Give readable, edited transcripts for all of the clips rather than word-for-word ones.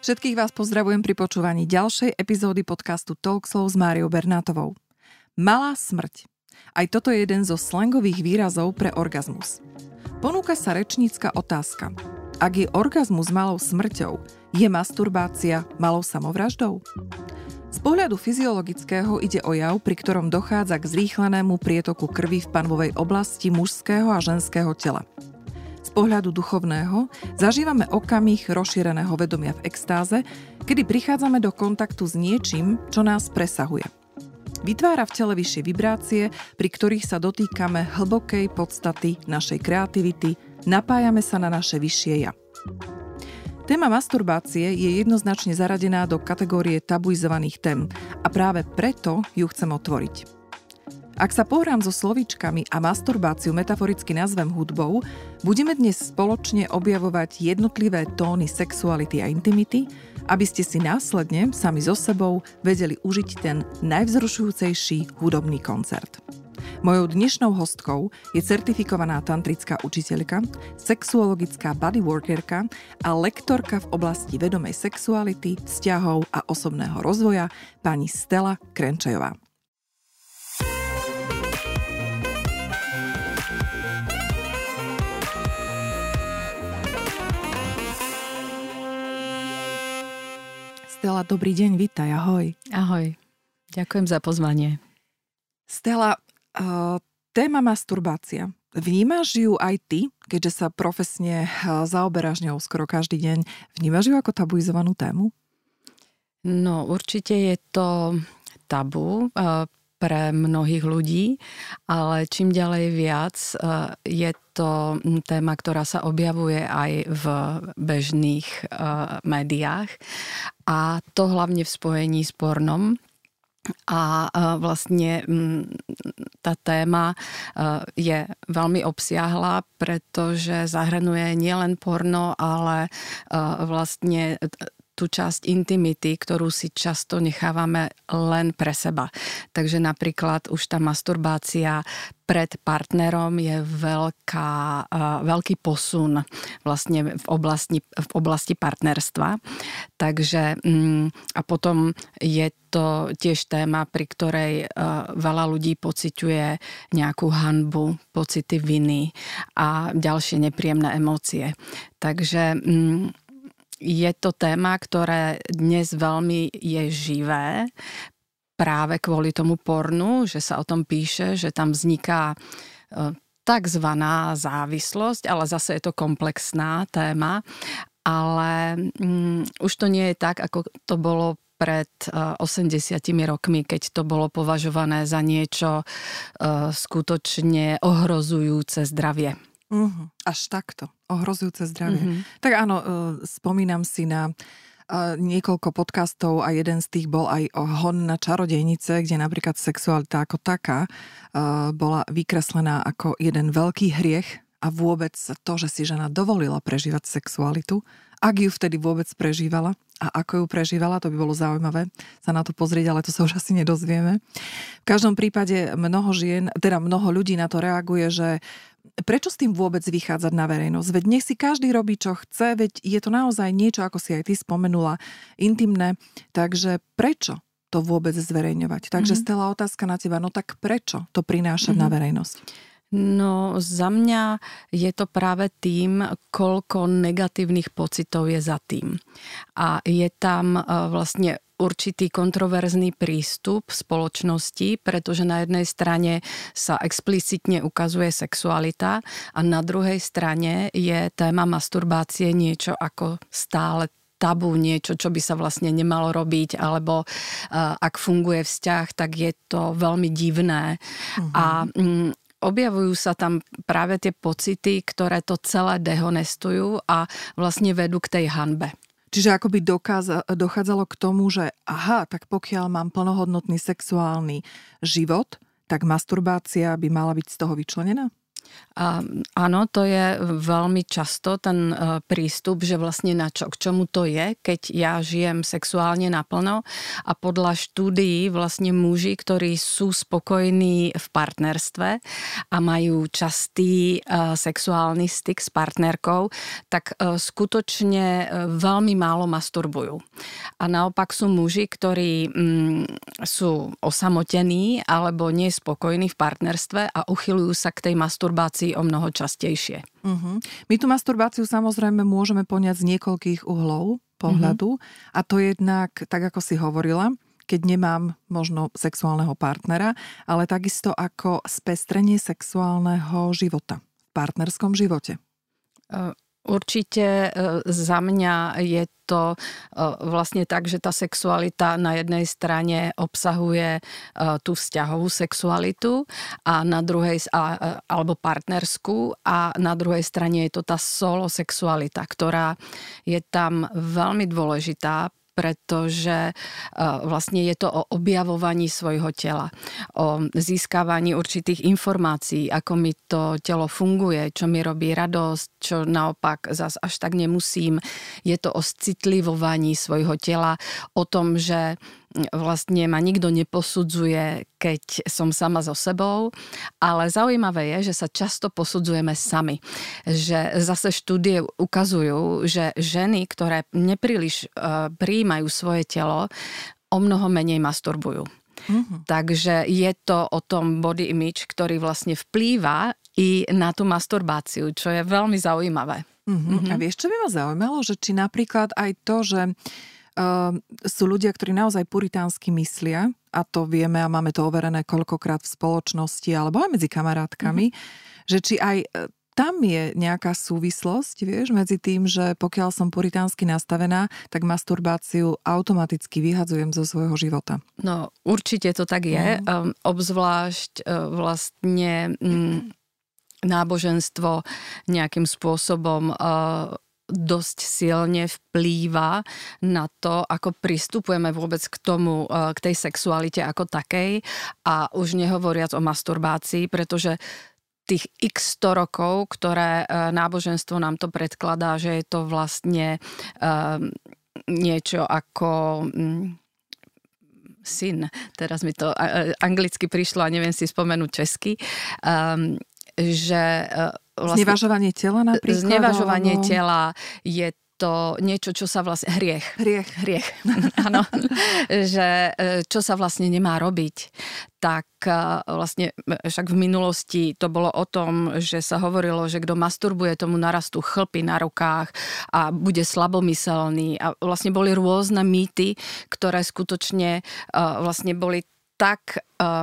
Všetkých vás pozdravujem pri počúvaní ďalšej epizódy podcastu Talkslow s Máriou Bernátovou. Malá smrť. Aj toto je jeden zo slangových výrazov pre orgazmus. Ponúka sa rečnícka otázka. Ak je orgazmus malou smrťou, je masturbácia malou samovraždou? Z pohľadu fyziologického ide o jav, pri ktorom dochádza k zrýchlenému prietoku krvi v panvovej oblasti mužského a ženského tela. Z pohľadu duchovného zažívame okamih rozšíreného vedomia v extáze, kedy prichádzame do kontaktu s niečím, čo nás presahuje. Vytvára v tele vyššie vibrácie, pri ktorých sa dotýkame hlbokej podstaty našej kreativity, napájame sa na naše vyššie ja. Téma masturbácie je jednoznačne zaradená do kategórie tabuizovaných tém a práve preto ju chcem otvoriť. Ak sa pohrám so slovíčkami a masturbáciu metaforicky nazvem hudbou, budeme dnes spoločne objavovať jednotlivé tóny sexuality a intimity, aby ste si následne sami so sebou vedeli užiť ten najvzrušujúcejší hudobný koncert. Mojou dnešnou hostkou je certifikovaná tantrická učiteľka, sexuologická bodyworkerka a lektorka v oblasti vedomej sexuality, vzťahov a osobného rozvoja pani Stella Krenčejová. Stella, dobrý deň, vítaj, ahoj. Ahoj, ďakujem za pozvanie. Stella, téma masturbácia. Vnímaš ju aj ty, keďže sa profesne zaoberáš ňou skoro každý deň? Vnímaš ju ako tabuizovanú tému? No, určite je to tabu pre mnohých ľudí, ale čím ďalej viac je to téma, ktorá sa objavuje aj v bežných médiách a to hlavne v spojení s pornom. A vlastne tá téma je veľmi obsiahla, pretože zahrnuje nielen porno, ale vlastne tú časť intimity, ktorú si často nechávame len pre seba. Takže napríklad už tá masturbácia pred partnerom je veľký posun vlastne v oblasti partnerstva. Takže a potom je to tiež téma, pri ktorej veľa ľudí pociťuje nejakú hanbu, pocity viny a ďalšie nepríjemné emócie. Takže je to téma, ktoré dnes veľmi je živé, práve kvôli tomu pornu, že sa o tom píše, že tam vzniká takzvaná závislosť, ale zase je to komplexná téma. Ale už to nie je tak, ako to bolo pred 80 rokmi, keď to bolo považované za niečo skutočne ohrozujúce zdravie. Až takto. Ohrozujúce zdravie. Tak áno, spomínam si na niekoľko podcastov a jeden z tých bol aj Hon na čarodejnice, kde napríklad sexualita ako taká bola vykreslená ako jeden veľký hriech a vôbec to, že si žena dovolila prežívať sexualitu, ak ju vtedy vôbec prežívala a ako ju prežívala, to by bolo zaujímavé sa na to pozrieť, ale to sa už asi nedozvieme. V každom prípade mnoho ľudí na to reaguje, že prečo s tým vôbec vychádzať na verejnosť? Veď nech si každý robí, čo chce, veď je to naozaj niečo, ako si aj ty spomenula, intimné. Takže prečo to vôbec zverejňovať? Takže Stella, otázka na teba, no tak prečo to prinášať na verejnosť? No za mňa je to práve tým, koľko negatívnych pocitov je za tým. A je tam vlastne určitý kontroverzný prístup spoločnosti, pretože na jednej strane sa explicitne ukazuje sexualita a na druhej strane je téma masturbácie niečo ako stále tabu, niečo, čo by sa vlastne nemalo robiť, alebo ak funguje vzťah, tak je to veľmi divné. A objavujú sa tam práve tie pocity, ktoré to celé dehonestujú a vlastne vedú k tej hanbe. Čiže akoby dochádzalo k tomu, že tak pokiaľ mám plnohodnotný sexuálny život, tak masturbácia by mala byť z toho vyčlenená? Áno, to je veľmi často ten prístup, že vlastne k čomu to je, keď ja žijem sexuálne naplno, a podľa štúdií vlastne muži, ktorí sú spokojní v partnerstve a majú častý sexuálny styk s partnerkou, tak skutočne veľmi málo masturbujú. A naopak sú muži, ktorí sú osamotení alebo nespokojní v partnerstve a uchyľujú sa k tej masturbácii o mnoho častejšie. My tú masturbáciu samozrejme môžeme poňať z niekoľkých uhlov pohľadu a to jednak, tak ako si hovorila, keď nemám možno sexuálneho partnera, ale takisto ako spestrenie sexuálneho života v partnerskom živote. Určite za mňa je to vlastne tak, že tá sexualita na jednej strane obsahuje tú vzťahovú sexualitu a na druhej, alebo partnerskú, a na druhej strane je to tá solo sexualita, ktorá je tam veľmi dôležitá, pretože vlastne je to o objavovaní svojho tela, o získavaní určitých informácií, ako mi to telo funguje, čo mi robí radosť, čo naopak zas až tak nemusím. Je to o citlivovaní svojho tela, o tom, že vlastne ma nikto neposudzuje, keď som sama so sebou, ale zaujímavé je, že sa často posudzujeme sami. Že zase štúdie ukazujú, že ženy, ktoré nepríliš prijímajú svoje telo, o mnoho menej masturbujú. Takže je to o tom body image, ktorý vlastne vplýva i na tú masturbáciu, čo je veľmi zaujímavé. A vieš, čo by ma zaujímalo? Že či napríklad aj to, že sú ľudia, ktorí naozaj puritánsky myslia, a to vieme a máme to overené koľkokrát v spoločnosti alebo aj medzi kamarátkami, že či aj tam je nejaká súvislosť, vieš, medzi tým, že pokiaľ som puritánsky nastavená, tak masturbáciu automaticky vyhadzujem zo svojho života. No, určite to tak je. Obzvlášť vlastne náboženstvo nejakým spôsobom dosť silne vplýva na to, ako pristupujeme vôbec k tomu, k tej sexualite ako takej, a už nehovoriac o masturbácii, pretože tých x 100 rokov, ktoré náboženstvo nám to predkladá, že je to vlastne niečo ako syn. Teraz mi to anglicky prišlo a neviem si spomenúť česky. Že vlastne znevažovanie tela napríklad? Znevažovanie tela je to niečo, čo sa vlastne... Hriech. Áno. Že čo sa vlastne nemá robiť. Tak vlastne však v minulosti to bolo o tom, že sa hovorilo, že kto masturbuje, tomu narastú chlpy na rukách a bude slabomyselný. A vlastne boli rôzne mýty, ktoré skutočne vlastne boli tak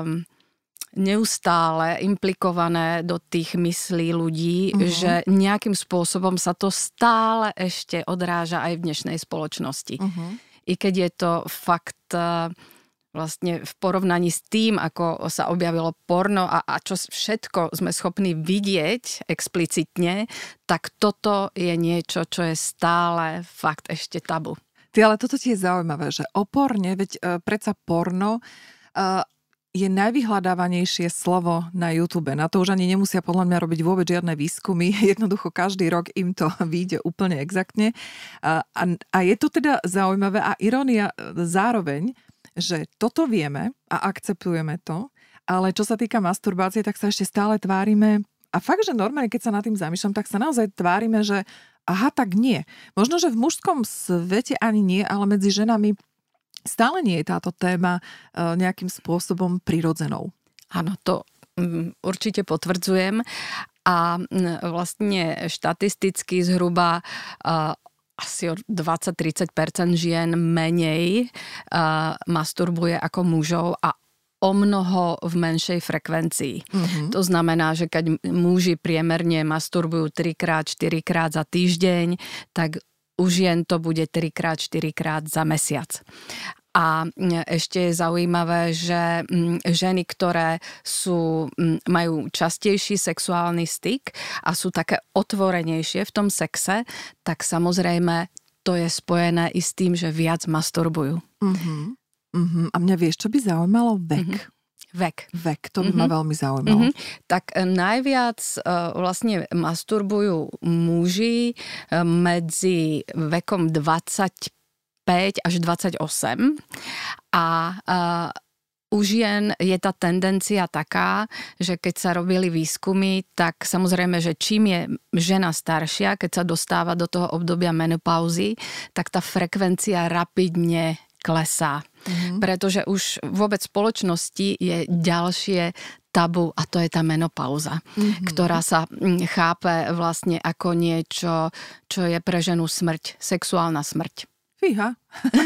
neustále implikované do tých myslí ľudí, že nejakým spôsobom sa to stále ešte odráža aj v dnešnej spoločnosti. I keď je to fakt vlastne v porovnaní s tým, ako sa objavilo porno a čo všetko sme schopní vidieť explicitne, tak toto je niečo, čo je stále fakt ešte tabu. Ty, ale toto ti je zaujímavé, že o porne, veď predsa porno je najvyhľadávanejšie slovo na YouTube. Na to už ani nemusia podľa mňa robiť vôbec žiadne výskumy. Jednoducho každý rok im to vyjde úplne exaktne. A je to teda zaujímavé a irónia zároveň, že toto vieme a akceptujeme to, ale čo sa týka masturbácie, tak sa ešte stále tvárime. A fakt, že normálne, keď sa nad tým zamýšľam, tak sa naozaj tvárime, že aha, tak nie. Možno, že v mužskom svete ani nie, ale medzi ženami stále nie je táto téma nejakým spôsobom prirodzenou. Áno, to určite potvrdzujem. A vlastne štatisticky zhruba asi 20-30% žien menej masturbuje ako mužov a o mnoho v menšej frekvencii. To znamená, že keď muži priemerne masturbujú 3-4 krát za týždeň, tak u žien to bude 3-4 krát za mesiac. A ešte je zaujímavé, že ženy, ktoré majú častejší sexuálny styk a sú také otvorenejšie v tom sexe, tak samozrejme to je spojené i s tým, že viac masturbujú. A mňa vieš, čo by zaujímalo? Vek. Vek, to by ma veľmi zaujímalo. Tak najviac vlastne masturbujú muži medzi vekom 25 až 28 a u žien je tá tendencia taká, že keď sa robili výskumy, tak samozrejme, že čím je žena staršia, keď sa dostáva do toho obdobia menopauzy, tak tá frekvencia rapidne klesá. Pretože už vôbec v spoločnosti je ďalšie tabu a to je tá menopauza, ktorá sa chápe vlastne ako niečo, čo je pre ženu smrť, sexuálna smrť. Fíha.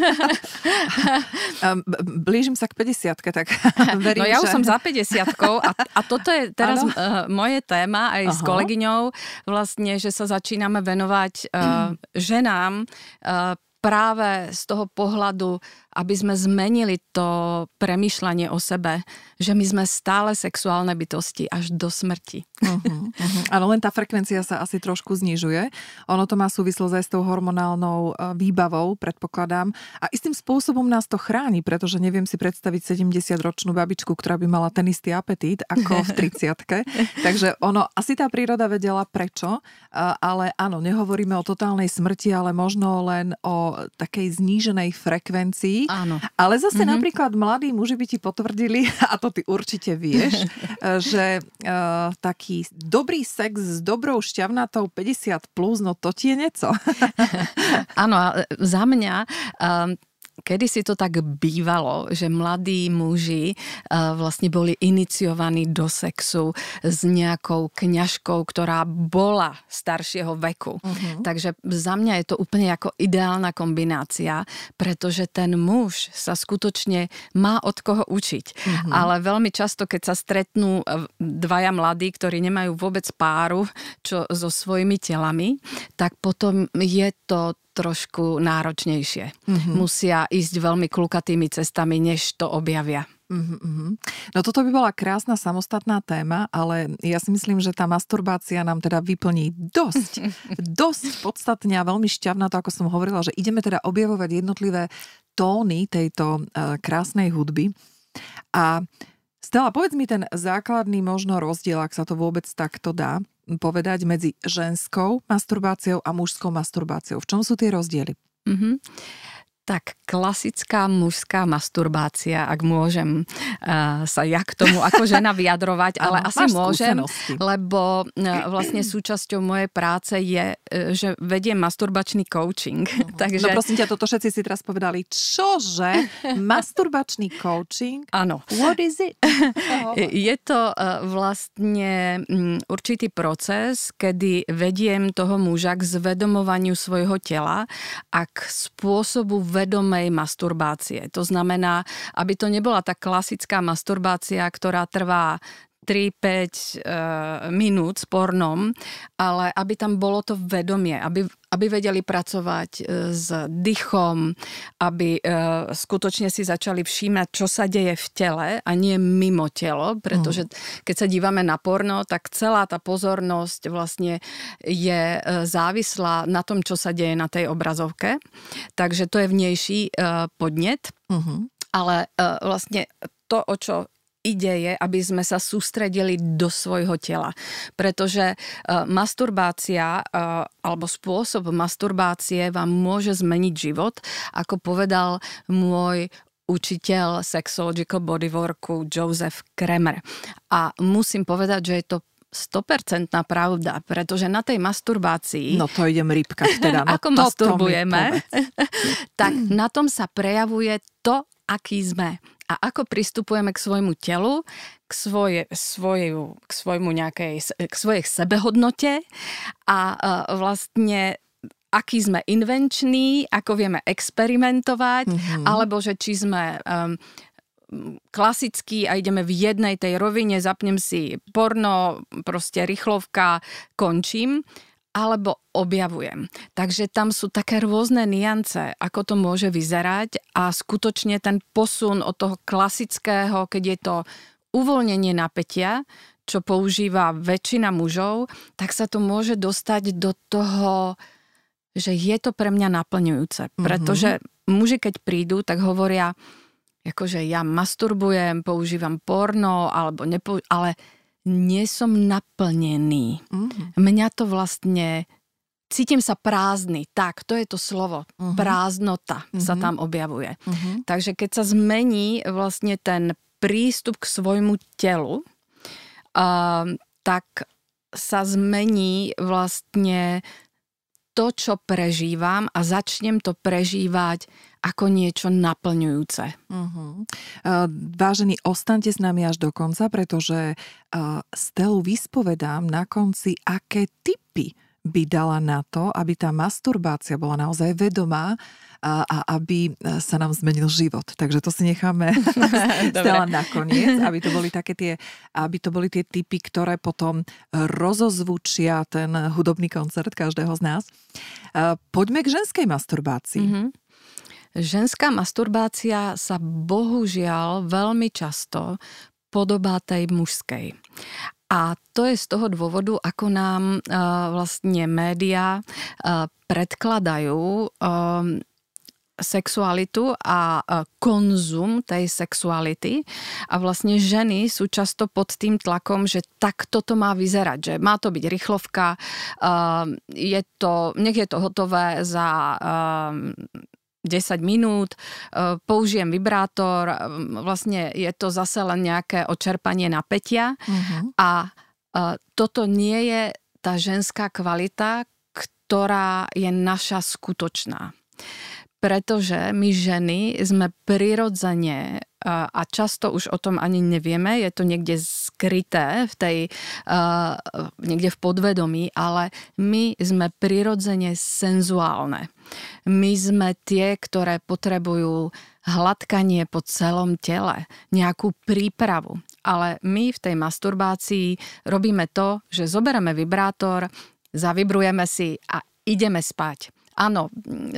Blížim sa k 50-ke, tak verím, no ja už že... som za 50-kou a toto je teraz moje téma aj s kolegyňou, vlastne, že sa začíname venovať ženám práve z toho pohľadu, aby sme zmenili to premýšľanie o sebe, že my sme stále sexuálne bytosti až do smrti. Ale len tá frekvencia sa asi trošku znižuje. Ono to má súvislosť aj s tou hormonálnou výbavou, predpokladám. A istým spôsobom nás to chráni, pretože neviem si predstaviť 70-ročnú babičku, ktorá by mala ten istý apetít ako v 30-ke. Takže ono, asi tá príroda vedela prečo, ale áno, nehovoríme o totálnej smrti, ale možno len o takej zníženej frekvencii. Áno. Ale zase napríklad mladí muži by ti potvrdili, a to ty určite vieš, že taký dobrý sex s dobrou šťavnatou 50+, no to ti je nieco. Áno, za mňa... Kedy si to tak bývalo, že mladí muži vlastne boli iniciovaní do sexu s nejakou kňažkou, ktorá bola staršieho veku. Takže za mňa je to úplne ako ideálna kombinácia, pretože ten muž sa skutočne má od koho učiť. Ale veľmi často, keď sa stretnú dvaja mladí, ktorí nemajú vôbec páru so svojimi telami, tak potom je to trošku náročnejšie. Musia ísť veľmi klukatými cestami, než to objavia. No toto by bola krásna samostatná téma, ale ja si myslím, že tá masturbácia nám teda vyplní dosť podstatne a veľmi šťavnato, ako som hovorila, že ideme teda objavovať jednotlivé tóny tejto krásnej hudby. A Stella, povedz mi ten základný možno rozdiel, ak sa to vôbec takto dá povedať, medzi ženskou masturbáciou a mužskou masturbáciou. V čom sú tie rozdiely? Tak klasická mužská masturbácia, ak môžem sa ja k tomu ako žena vyjadrovať, ale asi môžem, lebo vlastne súčasťou mojej práce je, že vediem masturbačný coaching. Takže... No prosím ťa, toto všetci si teraz povedali. Čože? Masturbačný coaching? Áno. What is it? Je to vlastne určitý proces, kedy vediem toho muža k zvedomovaniu svojho tela a k spôsobu vedomej masturbácie. To znamená, aby to nebola tá klasická masturbácia, ktorá trvá 3-5 minút s pornom, ale aby tam bolo to vedomie, aby vedeli pracovať s dýchom, aby skutočne si začali všímať, čo sa deje v tele a nie mimo telo, pretože keď sa dívame na porno, tak celá tá pozornosť vlastne je závislá na tom, čo sa deje na tej obrazovke. Takže to je vnejší podnet, ale vlastne to, o čo ide je, aby sme sa sústredili do svojho tela. Pretože masturbácia alebo spôsob masturbácie vám môže zmeniť život, ako povedal môj učiteľ sexological bodyworku Joseph Kramer. A musím povedať, že je to 100% pravda, pretože na tej masturbácii... No to idem rýpkať teda. No ako masturbujeme, tak na tom sa prejavuje to, aký sme. A ako pristupujeme k svojmu telu, k svojej sebehodnote a vlastne aký sme invenční, ako vieme experimentovať, alebo že či sme klasický a ideme v jednej tej rovine, zapnem si porno, proste rýchlovka, končím, alebo objavujem. Takže tam sú také rôzne niance, ako to môže vyzerať a skutočne ten posun od toho klasického, keď je to uvoľnenie napätia, čo používa väčšina mužov, tak sa to môže dostať do toho, že je to pre mňa naplňujúce. Pretože muži, keď prídu, tak hovoria, akože ja masturbujem, používam porno, ale nie som naplnený. Mňa to vlastne... Cítim sa prázdny. Tak, to je to slovo. Prázdnota sa tam objavuje. Takže keď sa zmení vlastne ten prístup k svojmu telu, tak sa zmení vlastne to, čo prežívam a začnem to prežívať ako niečo naplňujúce. Vážení, ostaňte s nami až do konca, pretože Stelu vyspovedám na konci, aké tipy by dala na to, aby tá masturbácia bola naozaj vedomá a aby sa nám zmenil život. Takže to si necháme Stella nakoniec, aby to boli tie tipy, ktoré potom rozozvučia ten hudobný koncert každého z nás. Poďme k ženskej masturbácii. Ženská masturbácia sa bohužiaľ veľmi často podobá tej mužskej. A to je z toho dôvodu, ako nám vlastne médiá predkladajú sexualitu a konzum tej sexuality. A vlastne ženy sú často pod tým tlakom, že takto to má vyzerať, že má to byť rýchlovka, nech je to hotové za 10 minút, použijem vibrátor, vlastne je to zase len nejaké očerpanie napätia a toto nie je tá ženská kvalita, ktorá je naša skutočná. Pretože my ženy sme prirodzene a často už o tom ani nevieme, je to niekde skryté niekde v podvedomí, ale my sme prirodzene senzuálne. My sme tie, ktoré potrebujú hladkanie po celom tele, nejakú prípravu. Ale my v tej masturbácii robíme to, že zoberieme vibrátor, zavibrujeme si a ideme spať. Áno,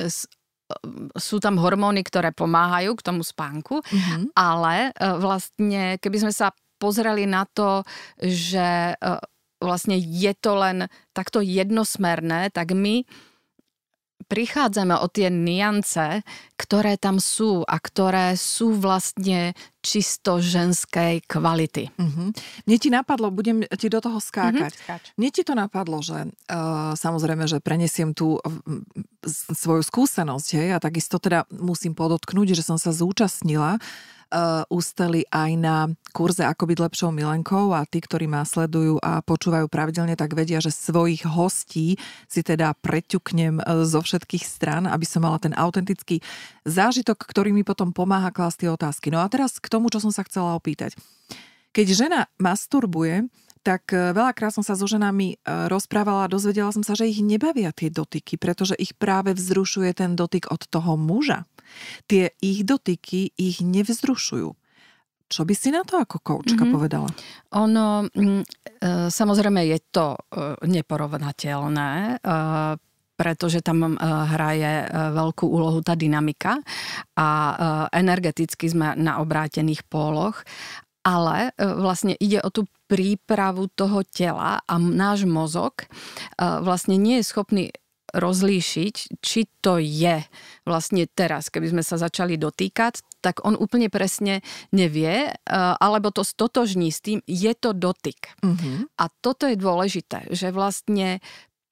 sú tam hormóny, ktoré pomáhajú k tomu spánku, ale vlastne, keby sme sa pozreli na to, že vlastne je to len takto jednosmerné, tak my prichádzame o tie niance, ktoré tam sú a ktoré sú vlastne čisto ženskej kvality. Mne ti napadlo, budem ti do toho skákať. Mne ti to napadlo, že samozrejme, že prenesiem tú svoju skúsenosť, hej, a takisto teda musím podotknúť, že som sa zúčastnila u Stely aj na kurze Ako byť lepšou milenkou a tí, ktorí ma sledujú a počúvajú pravidelne, tak vedia, že svojich hostí si teda preťuknem zo všetkých strán, aby som mala ten autentický zážitok, ktorý mi potom pomáha klásť tie otázky. No a teraz k tomu, čo som sa chcela opýtať. Keď žena masturbuje, tak veľakrát som sa so ženami rozprávala a dozvedela som sa, že ich nebavia tie dotyky, pretože ich práve vzrušuje ten dotyk od toho muža. Tie ich dotyky ich nevzrušujú. Čo by si na to ako koučka povedala? Ono, samozrejme je to neporovnateľné, pretože tam hraje veľkú úlohu tá dynamika a energeticky sme na obrátených póloch, ale vlastne ide o tú prípravu toho tela a náš mozog vlastne nie je schopný rozlíšiť, či to je vlastne teraz, keby sme sa začali dotýkať, tak on úplne presne nevie, alebo to stotožní s tým, je to dotyk. A toto je dôležité, že vlastne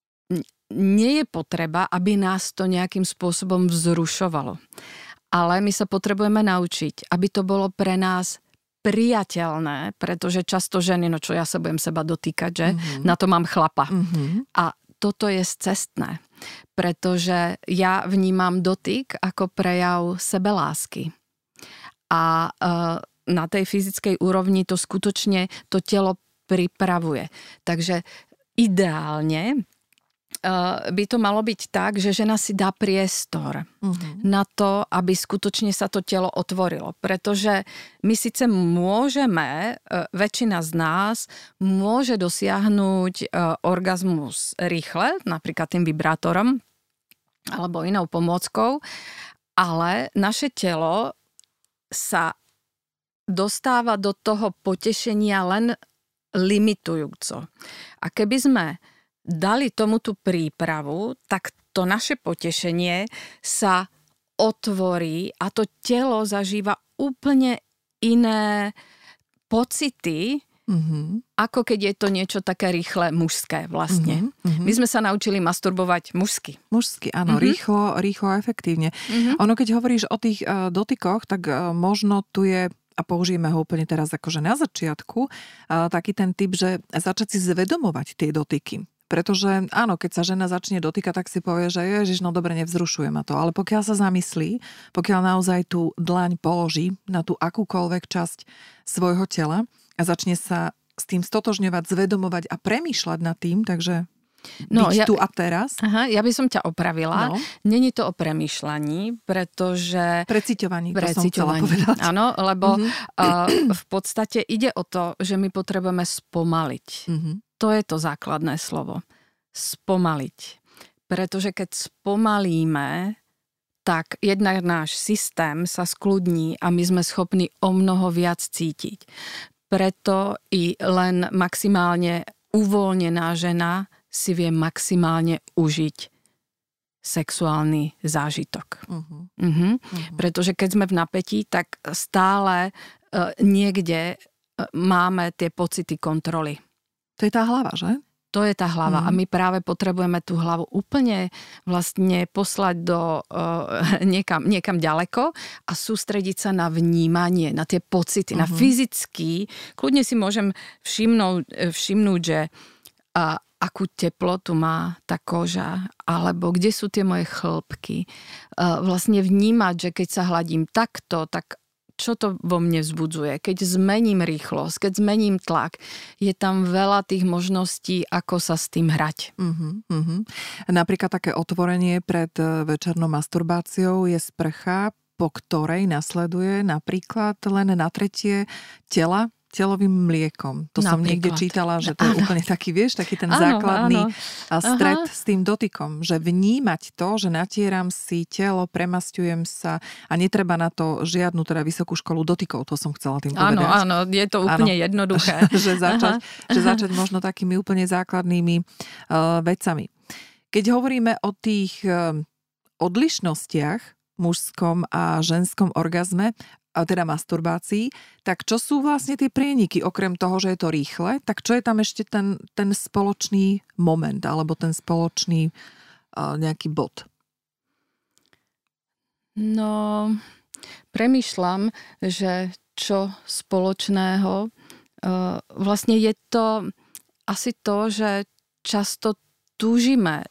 nie je potreba, aby nás to nejakým spôsobom vzrušovalo. Ale my sa potrebujeme naučiť, aby to bolo pre nás priateľné, pretože často ženy, no čo ja sa budem seba dotýkať, že? Na to mám chlapa. A toto je scestné, pretože ja vnímam dotyk ako prejav sebelásky. A na tej fyzickej úrovni to skutočne to telo pripravuje. Takže ideálne by to malo byť tak, že žena si dá priestor na to, aby skutočne sa to telo otvorilo. Pretože my síce môžeme, väčšina z nás môže dosiahnuť orgazmus rýchle, napríklad tým vibrátorom alebo inou pomôckou, ale naše telo sa dostáva do toho potešenia len limitujúco. A keby sme dali tomu tú prípravu, tak to naše potešenie sa otvorí a to telo zažíva úplne iné pocity, ako keď je to niečo také rýchle mužské vlastne. My sme sa naučili masturbovať mužsky. Mužsky, áno, rýchlo a efektívne. Ono, keď hovoríš o tých dotykoch, tak možno tu je, a použijeme ho úplne teraz akože na začiatku, taký ten typ, že začať si zvedomovať tie dotyky. Pretože áno, keď sa žena začne dotýkať, tak si povie, že ježiš, no dobre, nevzrušuje ma to. Ale pokiaľ sa zamyslí, pokiaľ naozaj tú dlaň položí na tú akúkoľvek časť svojho tela a začne sa s tým stotožňovať, zvedomovať a premýšľať nad tým, takže byť tu a teraz. Aha, ja by som ťa opravila. No. Není to o premýšľaní, pretože... Preciťovaní, to som chcela povedať. Áno, lebo v podstate ide o to, že my potrebujeme spomaliť. To je to základné slovo. Spomaliť. Pretože keď spomalíme, tak jednak náš systém sa skľudní a my sme schopní o mnoho viac cítiť. Preto i len maximálne uvoľnená žena si vie maximálne užiť sexuálny zážitok. Pretože keď sme v napätí, tak stále niekde máme tie pocity kontroly. To je tá hlava, že? To je tá hlava a my práve potrebujeme tú hlavu úplne vlastne poslať do niekam ďaleko a sústrediť sa na vnímanie, na tie pocity, na fyzický. Kľudne si môžem všimnúť, že akú teplotu má tá koža, alebo kde sú tie moje chlpky. Vlastne vnímať, že keď sa hladím takto, tak čo to vo mne vzbudzuje. Keď zmením rýchlosť, keď zmením tlak, je tam veľa tých možností, ako sa s tým hrať. Napríklad také otvorenie pred večernou masturbáciou je sprcha, po ktorej nasleduje napríklad len natretie tela telovým mliekom. To som niekde čítala, že to je úplne taký, vieš, taký ten základný stret s tým dotykom. Že vnímať to, že natieram si telo, premasťujem sa a netreba na to žiadnu teda vysokú školu dotykov. To som chcela tým povedať. Áno, je to úplne jednoduché. že začať možno takými úplne základnými vecami. Keď hovoríme o tých odlišnostiach mužskom a ženskom orgazme, a teda masturbácii, tak čo sú vlastne tie prieniky, okrem toho, že je to rýchle, tak čo je tam ešte ten spoločný moment, alebo ten spoločný nejaký bod? No, premýšľam, že čo spoločného, vlastne je to asi to, že často túžime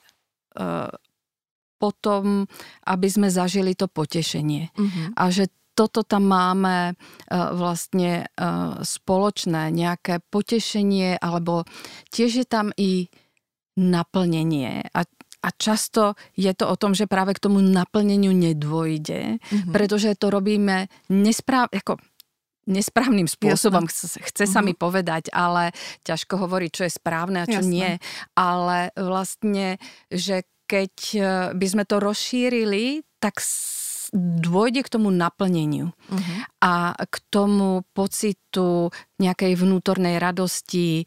potom, aby sme zažili to potešenie. A že toto tam máme vlastne spoločné, nejaké potešenie, alebo tiež je tam i naplnenie. A často je to o tom, že práve k tomu naplneniu nedôjde, pretože to robíme nesprávnym spôsobom. Chce sa mi povedať, ale ťažko hovoriť, čo je správne a čo nie. Ale vlastne, že keď by sme to rozšírili, tak dôjde k tomu naplneniu a k tomu pocitu nejakej vnútornej radosti.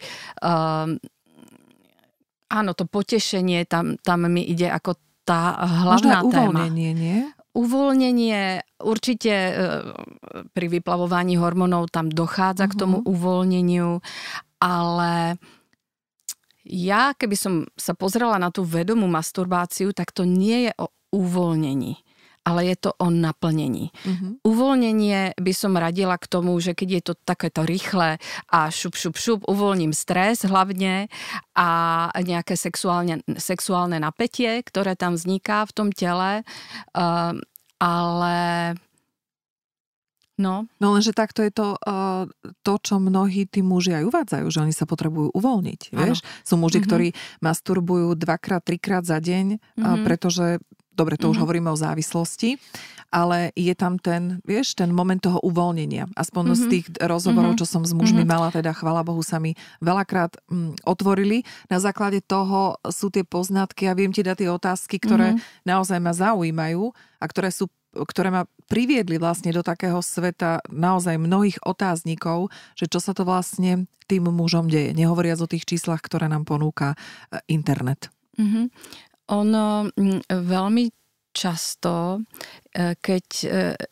Áno, to potešenie tam mi ide ako tá hlavná téma. Možno uvoľnenie, nie? Uvoľnenie, určite pri vyplavovaní hormónov tam dochádza k tomu uvoľneniu, ale ja, keby som sa pozrela na tú vedomú masturbáciu, tak to nie je o uvoľnení, ale je to o naplnení. Uvoľnenie by som radila k tomu, že keď je to takéto rýchle a šup, uvoľním stres hlavne a nejaké sexuálne napätie, ktoré tam vzniká v tom tele, ale... No lenže takto je to, čo mnohí tí muži aj uvádzajú, že oni sa potrebujú uvoľniť. Vieš? Sú muži, ktorí masturbujú 2-3 krát za deň, pretože, dobre, to už hovoríme o závislosti, ale je tam ten moment toho uvoľnenia. Aspoň z tých rozhovorov, čo som s mužmi mala, teda chvála Bohu sa mi veľakrát otvorili. Na základe toho sú tie poznatky a viem ti dať tie otázky, ktoré naozaj ma zaujímajú a ktoré ma priviedli vlastne do takého sveta naozaj mnohých otáznikov, že čo sa to vlastne tým mužom deje. Nehovoriac o tých číslach, ktoré nám ponúka internet. Ono veľmi často, keď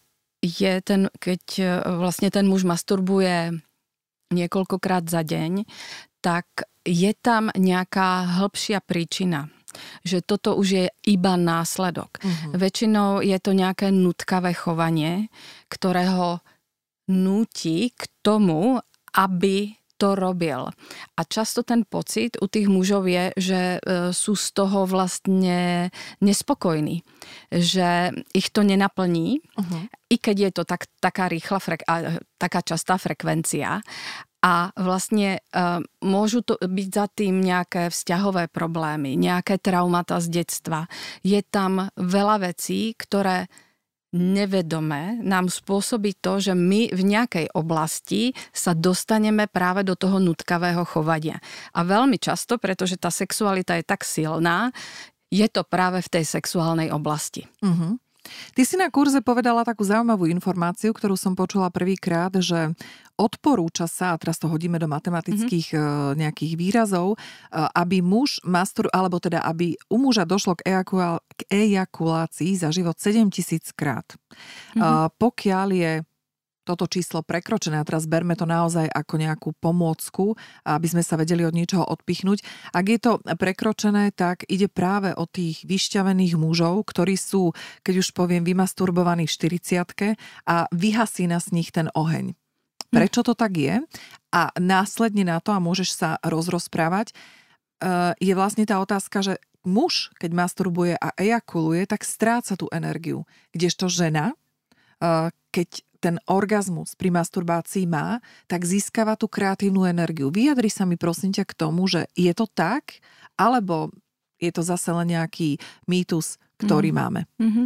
je keď vlastne ten muž masturbuje niekoľkokrát za deň, tak je tam nejaká hĺbšia príčina. Že toto už je iba následok. Väčšinou je to nejaké nutkavé chovanie, ktoré ho núti k tomu, aby to robil. A často ten pocit u tých mužov je, že sú z toho vlastne nespokojní. Že ich to nenaplní, i keď je to taká rýchla, taká častá frekvencia. A vlastne môžu to byť za tým nejaké vzťahové problémy, nejaké traumata z detstva. Je tam veľa vecí, ktoré nevedome nám spôsobí to, že my v nejakej oblasti sa dostaneme práve do toho nutkavého chovania. A veľmi často, pretože tá sexualita je tak silná, je to práve v tej sexuálnej oblasti. Ty si na kurze povedala takú zaujímavú informáciu, ktorú som počula prvýkrát, že odporúča sa, a teraz to hodíme do matematických nejakých výrazov, aby muž alebo teda aby u muža došlo k ejakulácii za život 7000 krát. Pokiaľ je toto číslo prekročené, a teraz berme to naozaj ako nejakú pomôcku, aby sme sa vedeli od niečoho odpichnúť. Ak je to prekročené, tak ide práve o tých vyšťavených mužov, ktorí sú, keď už poviem, vymasturbovaní v 40-ke a vyhasí na z nich ten oheň. Prečo to tak je? A následne na to, a môžeš sa rozprávať, je vlastne tá otázka, že muž, keď masturbuje a ejakuluje, tak stráca tú energiu. Kdežto žena, keď ten orgazmus pri masturbácii má, tak získava tú kreatívnu energiu. Vyjadri sa mi prosím ťa k tomu, že je to tak, alebo je to zase len nejaký mýtus, ktorý máme?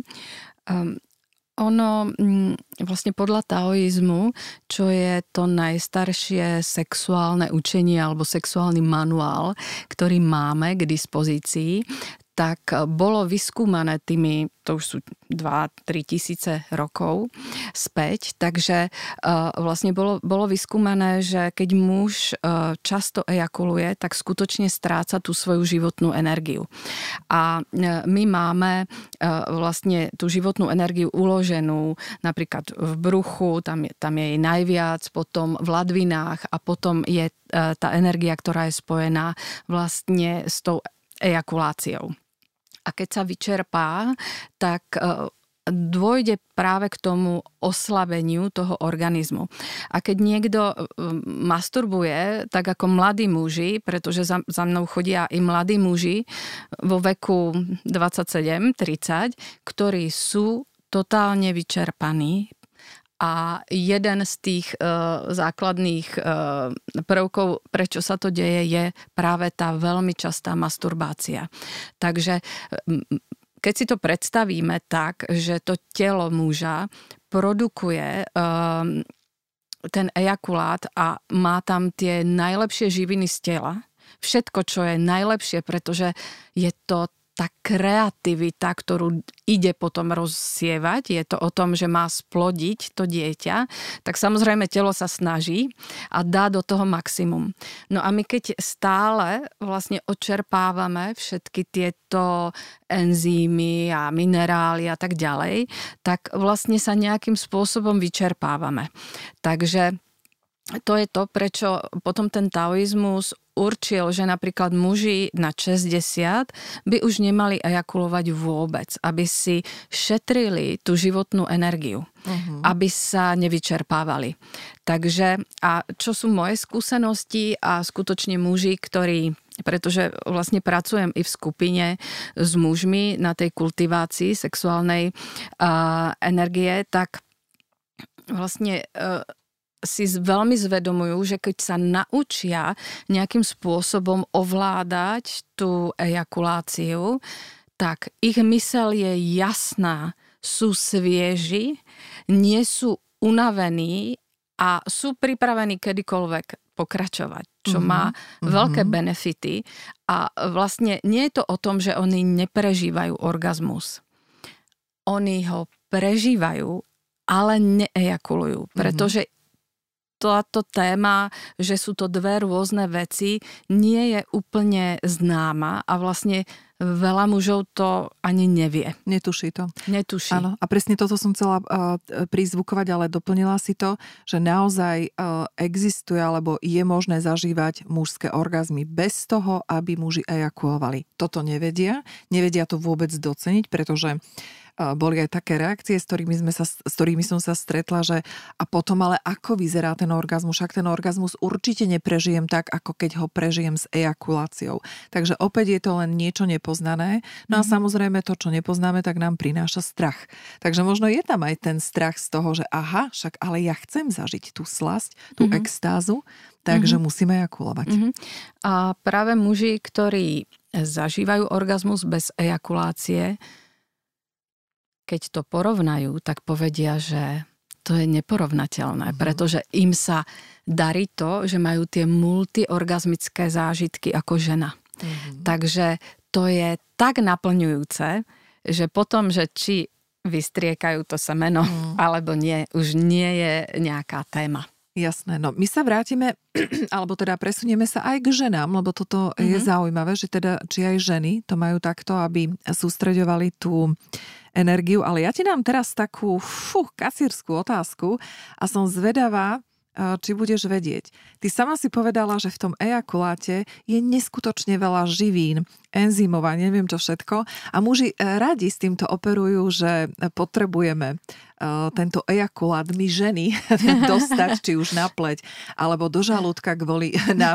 Ono vlastne podľa taoizmu, čo je to najstaršie sexuálne učenie alebo sexuálny manuál, ktorý máme k dispozícii, tak bolo vyskúmané tými, to už sú 2-3 tisíce rokov späť, takže vlastne bolo vyskúmané, že keď muž často ejakuluje, tak skutočne stráca tú svoju životnú energiu. A my máme vlastne tú životnú energiu uloženú napríklad v bruchu, tam je jej najviac, potom v ladvinách a potom je tá energia, ktorá je spojená vlastne s tou ejakuláciou. A keď sa vyčerpá, tak dôjde práve k tomu oslabeniu toho organizmu. A keď niekto masturbuje, tak ako mladí muži, pretože za mnou chodia i mladí muži vo veku 27-30, ktorí sú totálne vyčerpaní. A jeden z tých základných prvkov, prečo sa to deje, je práve tá veľmi častá masturbácia. Takže keď si to predstavíme tak, že to telo muža produkuje ten ejakulát a má tam tie najlepšie živiny z tela, všetko, čo je najlepšie, pretože je to tá kreativita, ktorú ide potom rozsievať, je to o tom, že má splodiť to dieťa, tak samozrejme telo sa snaží a dá do toho maximum. No a my keď stále vlastne odčerpávame všetky tieto enzymy a minerály a tak ďalej, tak vlastne sa nejakým spôsobom vyčerpávame. Takže to je to, prečo potom ten taoizmus určil, že napríklad muži na 60 by už nemali ejakulovať vôbec, aby si šetrili tú životnú energiu, aby sa nevyčerpávali. Takže, a čo sú moje skúsenosti a skutočne muži, ktorí, pretože vlastne pracujem i v skupine s mužmi na tej kultivácii sexuálnej energie, tak vlastne si veľmi zvedomujú, že keď sa naučia nejakým spôsobom ovládať tú ejakuláciu, tak ich myseľ je jasná, sú svieži, nie sú unavení a sú pripravení kedykoľvek pokračovať, čo má veľké benefity. A vlastne nie je to o tom, že oni neprežívajú orgazmus. Oni ho prežívajú, ale neejakulujú, pretože táto téma, že sú to dve rôzne veci, nie je úplne známa a vlastne veľa mužov to ani nevie. Netuší to. Netuší. Áno, a presne toto som chcela prizvukovať, ale doplnila si to, že naozaj existuje, alebo je možné zažívať mužské orgazmy bez toho, aby muži ejakulovali. Toto nevedia to vôbec doceniť, pretože boli aj také reakcie, s ktorými som sa stretla, že a potom ale ako vyzerá ten orgazmus? Však ten orgazmus určite neprežijem tak, ako keď ho prežijem s ejakuláciou. Takže opäť je to len niečo nepoznané. No a samozrejme to, čo nepoznáme, tak nám prináša strach. Takže možno je tam aj ten strach z toho, že aha, však ale ja chcem zažiť tú slasť, tú extázu, takže musím ejakulovať. A práve muži, ktorí zažívajú orgazmus bez ejakulácie, keď to porovnajú, tak povedia, že to je neporovnateľné, pretože im sa darí to, že majú tie multiorgazmické zážitky ako žena. Takže to je tak naplňujúce, že potom, že či vystriekajú to semeno, alebo nie, už nie je nejaká téma. Jasné, no my sa vrátime, alebo teda presunieme sa aj k ženám, lebo toto je zaujímavé, že teda či aj ženy to majú takto, aby sústreďovali tú energiu, ale ja ti dám teraz takú kasírskú otázku a som zvedavá, či budeš vedieť. Ty sama si povedala, že v tom ejakuláte je neskutočne veľa živín, enzymov a neviem čo všetko a muži radi s týmto operujú, že potrebujeme tento ejakulát my ženy dostať, či už na pleť, alebo do žalúdka kvôli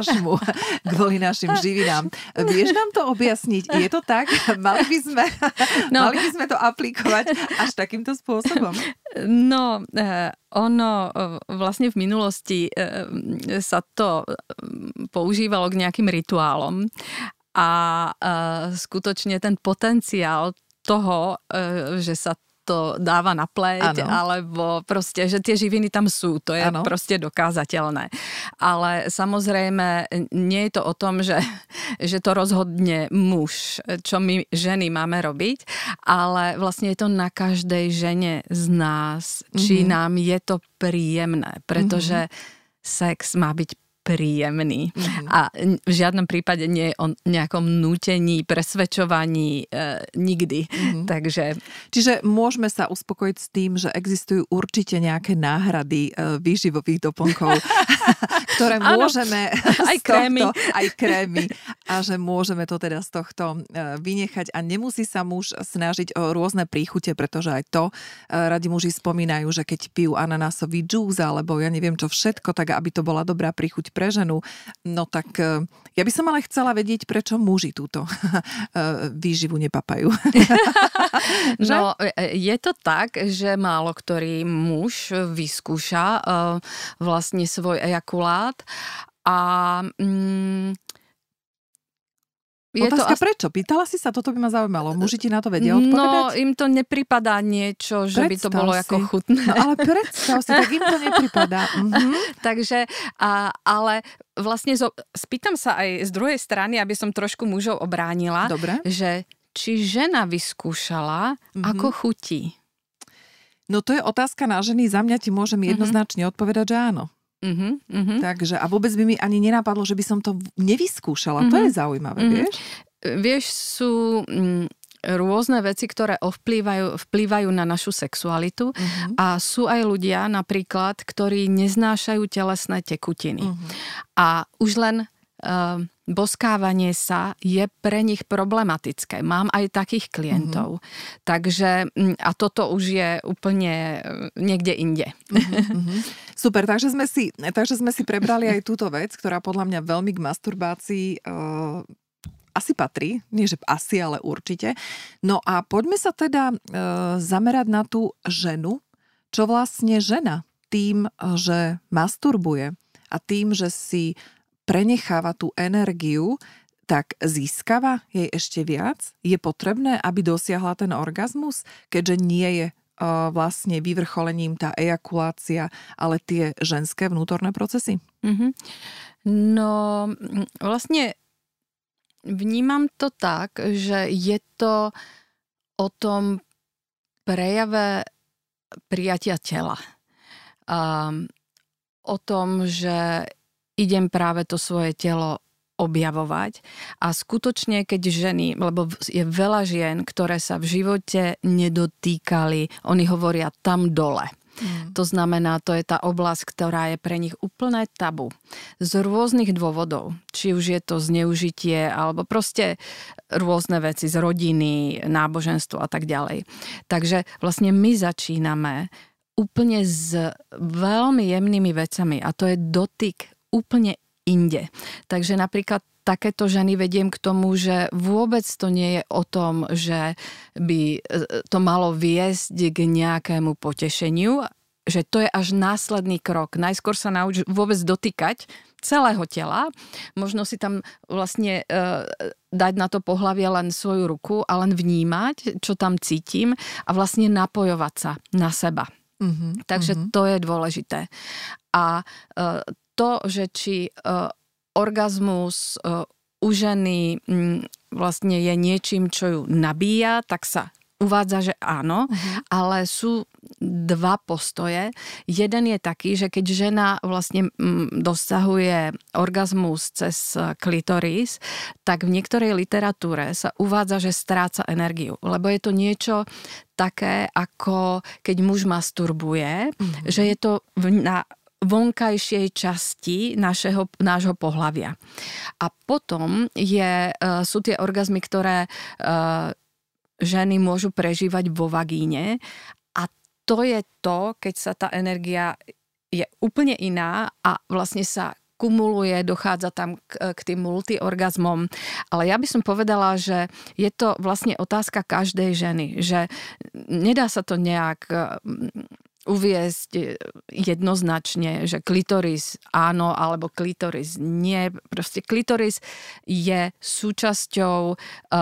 našim živinám. Vieš nám to objasniť? Je to tak? Mali by sme to aplikovať až takýmto spôsobom? No, ono vlastne v minulosti sa to používalo k nejakým rituálom a skutočne ten potenciál toho, že sa to dáva na pleť, alebo proste, že tie živiny tam sú, to je proste dokázateľné. Ale samozrejme nie je to o tom, že to rozhodne muž, čo my ženy máme robiť, ale vlastne je to na každej žene z nás, či nám je to príjemné, pretože sex má byť príjemný. A v žiadnom prípade nie je o nejakom nútení, presvedčovaní nikdy. Čiže môžeme sa uspokojiť s tým, že existujú určite nejaké náhrady výživových doplnkov, ktoré môžeme aj krémy. Aj krémy. A že môžeme to teda z tohto vynechať a nemusí sa muž snažiť o rôzne príchute, pretože aj to radi muži spomínajú, že keď pijú ananásový džús alebo ja neviem čo všetko, tak aby to bola dobrá príchuť pre ženu. No tak ja by som ale chcela vedieť, prečo muži túto výživu nepapajú. No, je to tak, že málo ktorý muž vyskúša vlastne svoj ejakulát a otázka prečo? Pýtala si sa, toto by ma zaujímalo. Muži ti na to vedia odpovedať? No, im to nepripadá niečo, že by to bolo ako chutné. No ale predstav si, tak im to nepripadá. Takže, ale vlastne spýtam sa aj z druhej strany, aby som trošku mužov obránila, že či žena vyskúšala, ako chutí. No to je otázka na ženy. Za mňa ti môžem jednoznačne odpovedať, že áno. Takže a vôbec by mi ani nenapadlo, že by som to nevyskúšala. To je zaujímavé, vieš? Vieš, sú rôzne veci, ktoré vplývajú na našu sexualitu a sú aj ľudia napríklad, ktorí neznášajú telesné tekutiny. A už len boskávanie sa je pre nich problematické. Mám aj takých klientov. Takže, a toto už je úplne niekde inde. Super, takže sme si prebrali aj túto vec, ktorá podľa mňa veľmi k masturbácii asi patrí. Nie, že asi, ale určite. No a poďme sa teda zamerať na tú ženu. Čo vlastne žena tým, že masturbuje a tým, že si prenecháva tú energiu, tak získava jej ešte viac? Je potrebné, aby dosiahla ten orgazmus, keďže nie je vlastne vyvrcholením tá ejakulácia, ale tie ženské vnútorné procesy? No, vlastne vnímam to tak, že je to o tom prejave prijatia tela. O tom, že idem práve to svoje telo objavovať a skutočne, keď ženy, lebo je veľa žien, ktoré sa v živote nedotýkali, oni hovoria tam dole. To znamená, to je tá oblasť, ktorá je pre nich úplné tabu. Z rôznych dôvodov. Či už je to zneužitie, alebo proste rôzne veci z rodiny, náboženstvo a tak ďalej. Takže vlastne my začíname úplne s veľmi jemnými vecami a to je dotyk úplne inde. Takže napríklad takéto ženy vediem k tomu, že vôbec to nie je o tom, že by to malo viesť k nejakému potešeniu, že to je až následný krok. Najskôr sa nauč vôbec dotýkať celého tela, možno si tam vlastne dať na to pohlavie len svoju ruku a len vnímať, čo tam cítim a vlastne napojovať sa na seba. Takže to je dôležité. A to, že či orgazmus u ženy vlastne je niečím, čo ju nabíja, tak sa uvádza, že áno, ale sú dva postoje. Jeden je taký, že keď žena vlastne dosahuje orgazmus cez klitoris, tak v niektorej literatúre sa uvádza, že stráca energiu, lebo je to niečo také, ako keď muž masturbuje, že je to na vonkajšej časti nášho pohlavia. A potom sú tie orgazmy, ktoré ženy môžu prežívať vo vagíne a to je to, keď sa tá energia je úplne iná a vlastne sa kumuluje, dochádza tam k tým multiorgazmom. Ale ja by som povedala, že je to vlastne otázka každej ženy, že nedá sa to nejak uviesť jednoznačne, že klitoris áno, alebo klitoris nie. Proste klitoris je súčasťou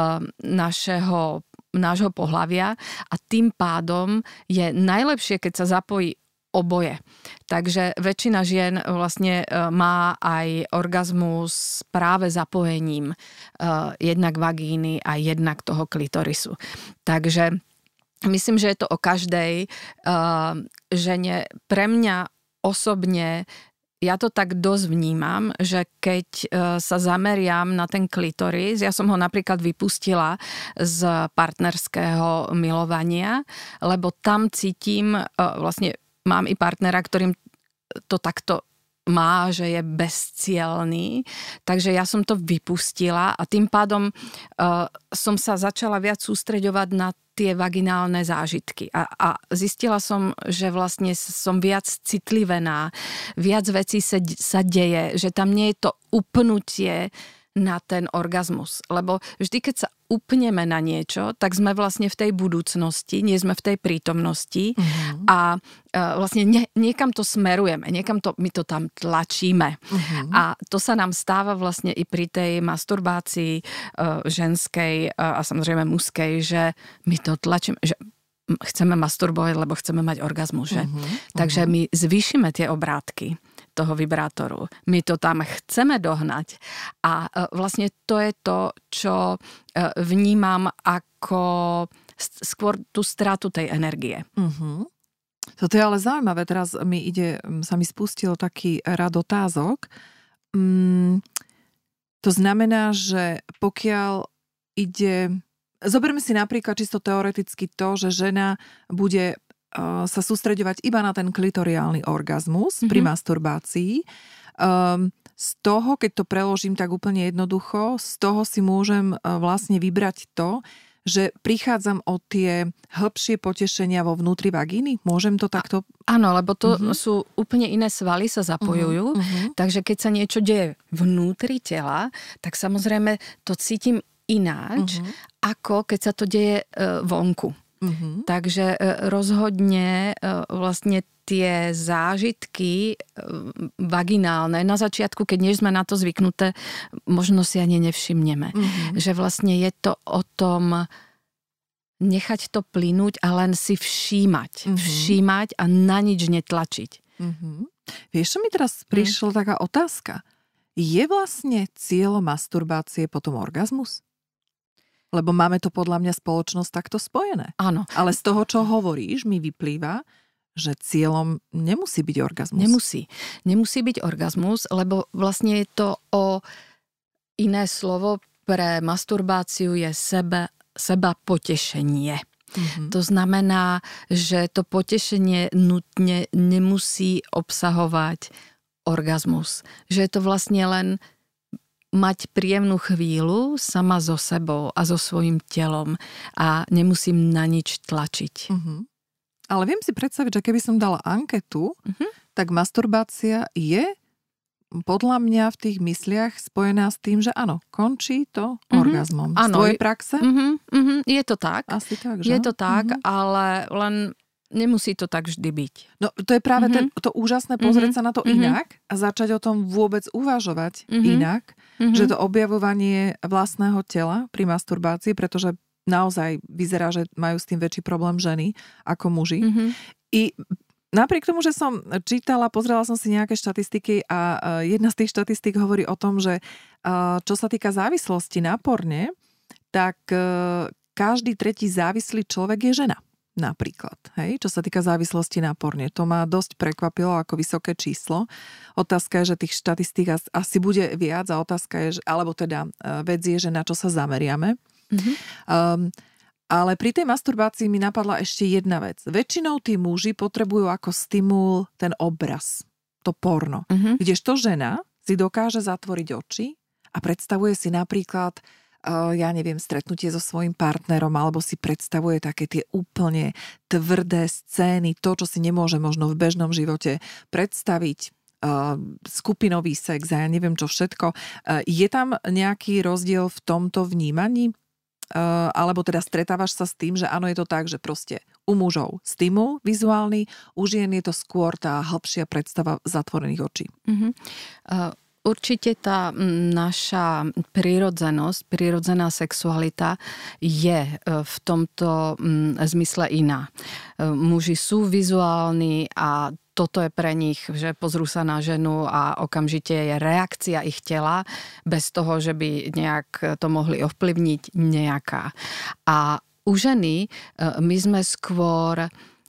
nášho pohlavia a tým pádom je najlepšie, keď sa zapojí oboje. Takže väčšina žien vlastne má aj orgazmus práve zapojením jednak vagíny a jednak toho klitorisu. Takže myslím, že je to o každej žene. Pre mňa osobne, ja to tak dosť vnímam, že keď sa zameriam na ten klitoris, ja som ho napríklad vypustila z partnerského milovania, lebo tam cítim, vlastne mám i partnera, ktorým to takto má, že je bezcielný, takže ja som to vypustila a tým pádom som sa začala viac sústreďovať na tie vaginálne zážitky. A zistila som, že vlastne som viac citlivená, viac vecí sa deje, že tam nie je to upnutie na ten orgazmus. Lebo vždy, keď sa upneme na niečo, tak sme vlastne v tej budúcnosti, nie sme v tej prítomnosti a vlastne niekam to smerujeme, my to tam tlačíme. A to sa nám stáva vlastne i pri tej masturbácii ženskej a samozrejme mužskej, že my to tlačíme, že chceme masturbovať, lebo chceme mať orgazmus, že? Takže my zvýšime tie obrátky toho vibrátoru. My to tam chceme dohnať. A vlastne to je to, čo vnímam ako skôr tú stratu tej energie. Toto je ale zaujímavé. Teraz sa mi spustil taký rad otázok. To znamená, že pokiaľ ide... Zoberme si napríklad čisto teoreticky to, že žena bude sa sústreďovať iba na ten klitoriálny orgazmus pri masturbácii. Z toho, keď to preložím tak úplne jednoducho, z toho si môžem vlastne vybrať to, že prichádzam o tie hĺbšie potešenia vo vnútri vagíny? Môžem to takto... Áno, lebo to sú úplne iné svaly sa zapojujú. Takže keď sa niečo deje vnútri tela, tak samozrejme to cítim ináč, ako keď sa to deje vonku. Takže rozhodne vlastne tie zážitky vaginálne na začiatku, keď nie sme na to zvyknuté, možno si ani nevšimneme. Že vlastne je to o tom nechať to plynúť a len si všímať. Všímať a na nič netlačiť. Vieš, čo mi teraz prišla taká otázka? Je vlastne cieľom masturbácie potom orgazmus? Lebo máme to podľa mňa spoločnosť takto spojené. Áno. Ale z toho, čo hovoríš, mi vyplýva, že cieľom nemusí byť orgazmus. Nemusí byť orgazmus, lebo vlastne je to o Iné slovo pre masturbáciu je seba potešenie. To znamená, že to potešenie nutne nemusí obsahovať orgazmus. Že je to vlastne len mať príjemnú chvíľu sama so sebou a so svojím telom a nemusím na nič tlačiť. Ale viem si predstaviť, že keby som dala anketu, tak masturbácia je podľa mňa v tých mysliach spojená s tým, že áno, končí to orgazmom. Z tvojej praxe? Je to tak. Asi tak, že? Je to tak, ale len nemusí to tak vždy byť. No to je práve to úžasné pozrieť sa na to inak a začať o tom vôbec uvažovať inak, že to objavovanie vlastného tela pri masturbácii, pretože naozaj vyzerá, že majú s tým väčší problém ženy ako muži. I napriek tomu, že som čítala, pozrela som si nejaké štatistiky a jedna z tých štatistík hovorí o tom, že čo sa týka závislosti na porne, tak každý tretí závislý človek je žena. Napríklad, hej, čo sa týka závislosti na porne. To ma dosť prekvapilo ako vysoké číslo. Otázka je, že tých štatistík asi bude viac a otázka je, alebo teda vec je, že na čo sa zameriame. Ale pri tej masturbácii mi napadla ešte jedna vec. Väčšinou tí muži potrebujú ako stimul ten obraz, to porno. Kdežto žena si dokáže zatvoriť oči a predstavuje si napríklad ja neviem, stretnutie so svojím partnerom, alebo si predstavuje také tie úplne tvrdé scény, to, čo si nemôže možno v bežnom živote predstaviť, skupinový sex a ja neviem čo všetko. Je tam nejaký rozdiel v tomto vnímaní? Alebo teda stretávaš sa s tým, že áno, je to tak, že proste u mužov stimul vizuálny, u žien je to skôr tá hlbšia predstava zatvorených očí. Určite tá naša prirodzená sexualita je v tomto zmysle iná. Muži sú vizuálni a toto je pre nich, že pozrú sa na ženu a okamžite je reakcia ich tela bez toho, že by nejak to mohli ovplyvniť nejaká. A u ženy my sme skôr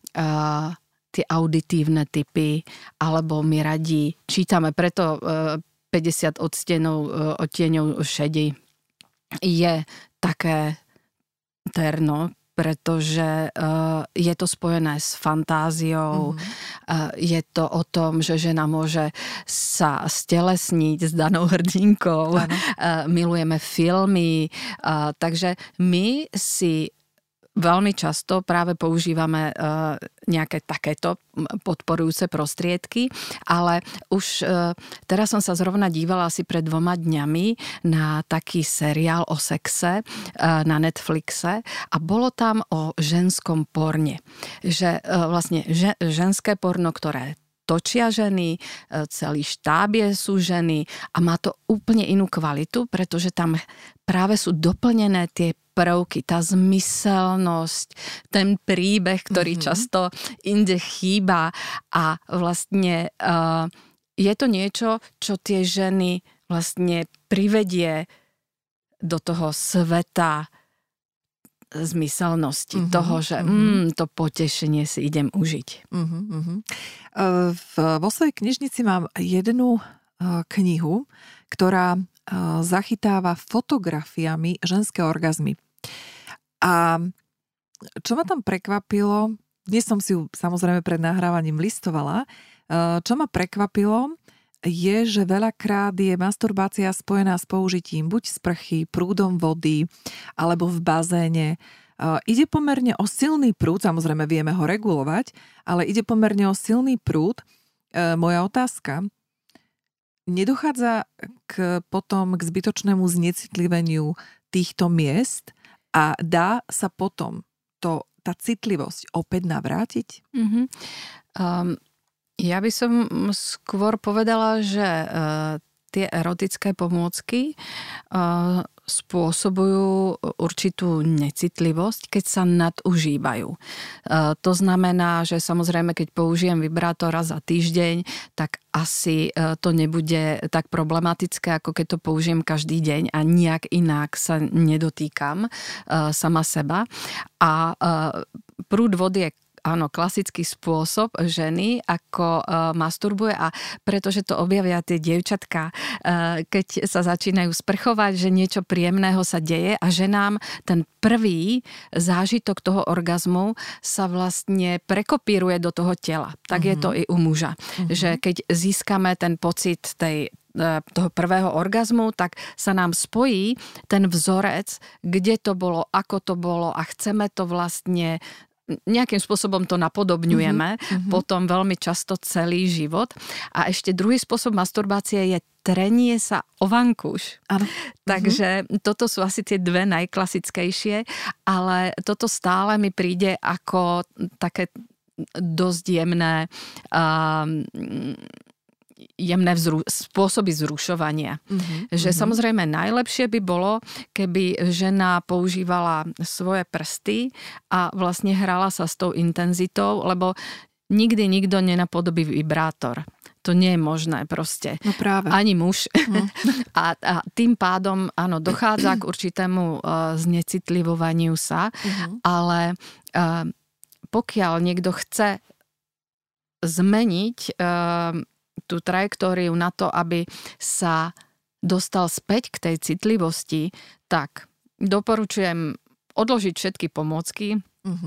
tie auditívne typy, alebo my radi čítame, preto 50 odtieňov šedi je také terno, pretože je to spojené s fantáziou, je to o tom, že žena môže sa stelesniť s danou hrdinkou, milujeme filmy, takže my si veľmi často práve používame nejaké takéto podporujúce prostriedky, ale už teraz som sa zrovna dívala asi pred 2 dňami na taký seriál o sexe na Netflixe a bolo tam o ženskom porne. Že vlastne ženské porno, ktoré točia ženy, celý štáb sú ženy a má to úplne inú kvalitu, pretože tam práve sú doplnené tie prvky, tá zmyselnosť, ten príbeh, ktorý často inde chýba a vlastne je to niečo, čo tie ženy vlastne privedie do toho sveta zmyselnosti, toho, že to potešenie si idem užiť. Vo svojej knižnici mám jednu knihu, ktorá zachytáva fotografiami ženské orgazmy. A čo ma tam prekvapilo, dnes som si ju samozrejme pred nahrávaním listovala, čo ma prekvapilo, je, že veľakrát je masturbácia spojená s použitím buď sprchy, prúdom vody, alebo v bazéne. Ide pomerne o silný prúd, samozrejme vieme ho regulovať, ale ide pomerne o silný prúd. Moja otázka, nedochádza potom k zbytočnému znecitliveniu týchto miest a dá sa potom tá citlivosť opäť navrátiť? Ja by som skôr povedala, že tie erotické pomôcky spôsobujú určitú necitlivosť, keď sa nadužívajú. To znamená, že samozrejme, keď použijem vibrátor raz za týždeň, tak asi to nebude tak problematické, ako keď to použijem každý deň a nijak inak sa nedotýkam sama seba. A prúd vody je áno, klasický spôsob ženy, ako masturbuje a pretože to objavia tie dievčatka, keď sa začínajú sprchovať, že niečo príjemného sa deje a ženám ten prvý zážitok toho orgazmu sa vlastne prekopíruje do toho tela. Tak je to i u muža. Že keď získame ten pocit toho prvého orgazmu, tak sa nám spojí ten vzorec, kde to bolo, ako to bolo a chceme to vlastne nejakým spôsobom to napodobňujeme, potom veľmi často celý život. A ešte druhý spôsob masturbácie je trenie sa o vankúš. Takže toto sú asi tie dve najklasickejšie, ale toto stále mi príde ako také dosť jemné spôsoby vzrušovania. Že samozrejme najlepšie by bolo, keby žena používala svoje prsty a vlastne hrala sa s tou intenzitou, lebo nikdy nikto nenapodobí vibrátor. To nie je možné proste. No práve. Ani muž. A tým pádom, áno, dochádza k určitému znecitlivovaniu sa, ale pokiaľ niekto chce zmeniť tú trajektóriu na to, aby sa dostal späť k tej citlivosti, tak doporučujem odložiť všetky pomôcky,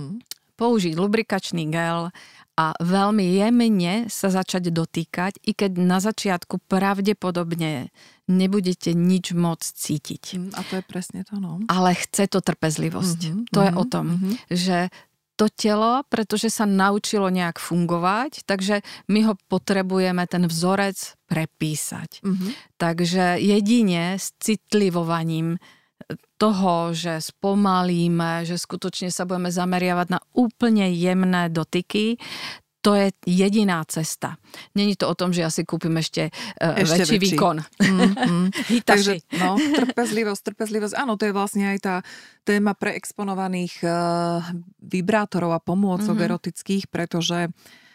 použiť lubrikačný gel a veľmi jemne sa začať dotýkať, i keď na začiatku pravdepodobne nebudete nič moc cítiť. A to je presne to, no. Ale chce to trpezlivosť. To je o tom, že to telo, pretože sa naučilo nejak fungovať, takže my ho potrebujeme ten vzorec prepísať. Takže jedine s citlivovaním toho, že spomalíme, že skutočne sa budeme zameriavať na úplne jemné dotyky, to je jediná cesta. Není to o tom, že ja si kúpim ešte väčší výkon. Takže trpezlivosť. Áno, to je vlastne aj tá téma preexponovaných vibrátorov a pomôcok erotických, pretože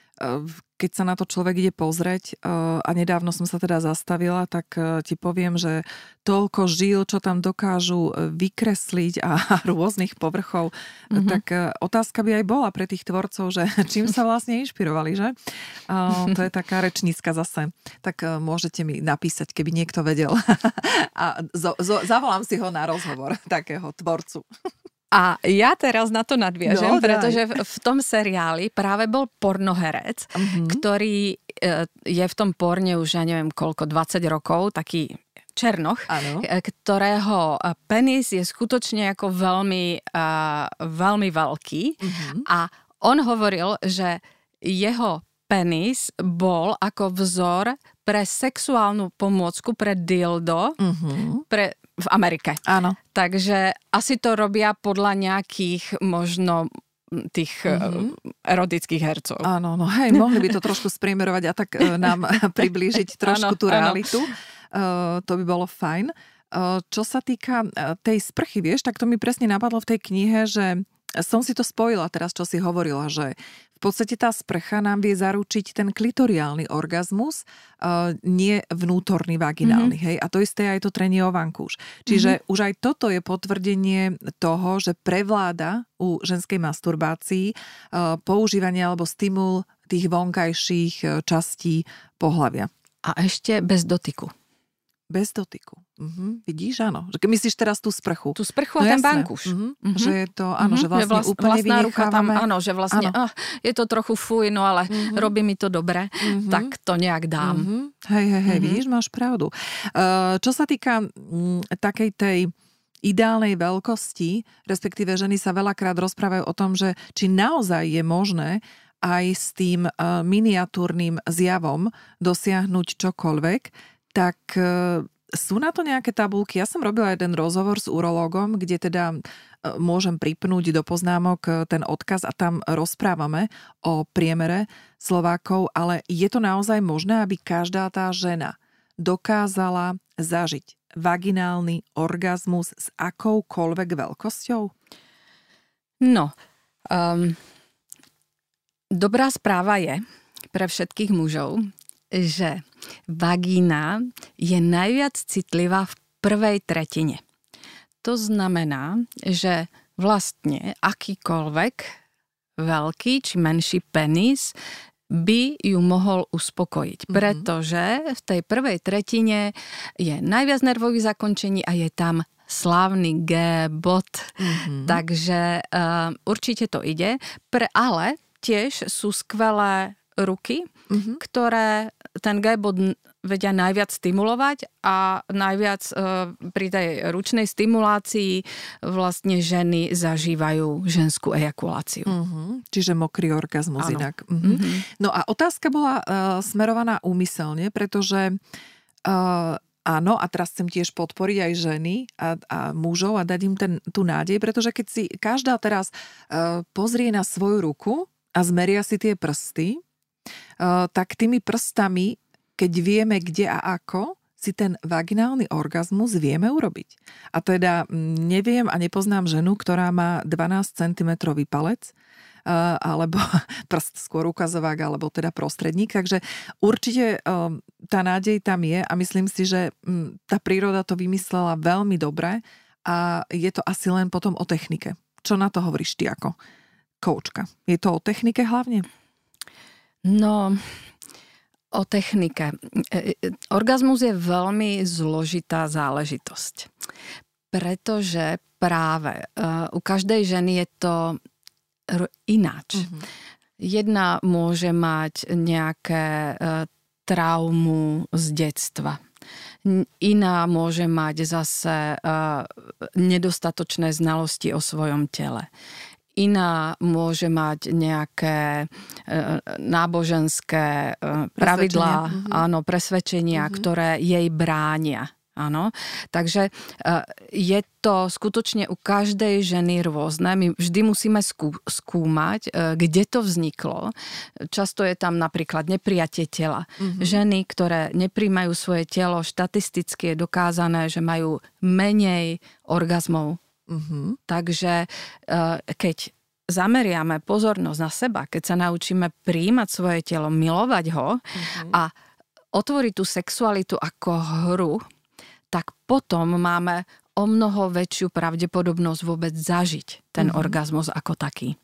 keď sa na to človek ide pozrieť, a nedávno som sa teda zastavila, tak ti poviem, že toľko žil, čo tam dokážu vykresliť a rôznych povrchov, tak otázka by aj bola pre tých tvorcov, že čím sa vlastne inšpirovali, že? To je taká rečnícka zase. Tak môžete mi napísať, keby niekto vedel. A zavolám si ho na rozhovor, takého tvorcu. A ja teraz na to nadviažem, pretože v tom seriáli práve bol pornoherec, ktorý je v tom porne už, ja neviem koľko, 20 rokov, taký černoch, ktorého penis je skutočne ako veľmi, veľmi veľký. A on hovoril, že jeho penis bol ako vzor pre sexuálnu pomôcku, pre dildo, v Amerike. Áno. Takže asi to robia podľa nejakých možno tých erotických hercov. Áno, no hej, mohli by to trošku spriemerovať a tak nám priblížiť trošku tú realitu. To by bolo fajn. Čo sa týka tej sprchy, vieš, tak to mi presne napadlo v tej knihe, že som si to spojila teraz, čo si hovorila, že v podstate tá sprcha nám vie zaručiť ten klitoriálny orgazmus, nie vnútorný vaginálny. Hej? A to isté aj to trenie o vankúš. Čiže už aj toto je potvrdenie toho, že prevláda u ženskej masturbácii používanie alebo stimul tých vonkajších častí pohlavia. A ešte bez dotyku. Bez dotyku. Vidíš, áno. Myslíš teraz tú sprchu. Tú sprchu a ten vankúš. Že je to, áno, že vlastne úplne vynechávame. Áno, že vlastne je to trochu fuj, no ale robí mi to dobre, tak to nejak dám. Hej, vidíš, máš pravdu. Čo sa týka takej tej ideálnej veľkosti, respektíve ženy sa veľakrát rozprávajú o tom, že či naozaj je možné aj s tým miniatúrnym zjavom dosiahnuť čokoľvek, tak sú na to nejaké tabulky? Ja som robila jeden rozhovor s urológom, kde teda môžem pripnúť do poznámok ten odkaz a tam rozprávame o priemere Slovákov, ale je to naozaj možné, aby každá tá žena dokázala zažiť vaginálny orgazmus s akoukoľvek veľkosťou? No, dobrá správa je pre všetkých mužov, že vagína je najviac citlivá v prvej tretine. To znamená, že vlastne akýkoľvek veľký či menší penis by ju mohol uspokojiť. Pretože v tej prvej tretine je najviac nervových zakončení a je tam slávny G-bod. Takže určite to ide. Ale tiež sú skvelé ruky, ktoré ten G-bod vedia najviac stimulovať a najviac pri tej ručnej stimulácii vlastne ženy zažívajú ženskú ejakuláciu. Čiže mokrý orgazmus inak. No a otázka bola smerovaná úmyselne, pretože áno, a teraz chcem tiež podporiť aj ženy a mužov a dať im tú nádej, pretože keď si každá teraz pozrie na svoju ruku a zmeria si tie prsty, tak tými prstami, keď vieme, kde a ako, si ten vaginálny orgazmus vieme urobiť. A teda neviem a nepoznám ženu, ktorá má 12 cm palec, alebo prst skôr ukazovák, alebo teda prostredník. Takže určite tá nádej tam je a myslím si, že tá príroda to vymyslela veľmi dobre a je to asi len potom o technike. Čo na to hovoríš ty ako koučka? Je to o technike hlavne? No, o technike. Orgazmus je veľmi zložitá záležitosť. Pretože práve u každej ženy je to ináč. Jedna môže mať nejaké traumu z detstva. Iná môže mať zase nedostatočné znalosti o svojom tele. Iná môže mať nejaké náboženské pravidlá, presvedčenia, ktoré jej bránia. Áno. Takže je to skutočne u každej ženy rôzne. My vždy musíme skúmať, kde to vzniklo. Často je tam napríklad neprijatie tela. Ženy, ktoré nepríjmajú svoje telo, štatisticky je dokázané, že majú menej orgazmov. Takže keď zameriame pozornosť na seba, keď sa naučíme prijímať svoje telo, milovať ho a otvoriť tú sexualitu ako hru, tak potom máme o mnoho väčšiu pravdepodobnosť vôbec zažiť ten orgazmus ako taký.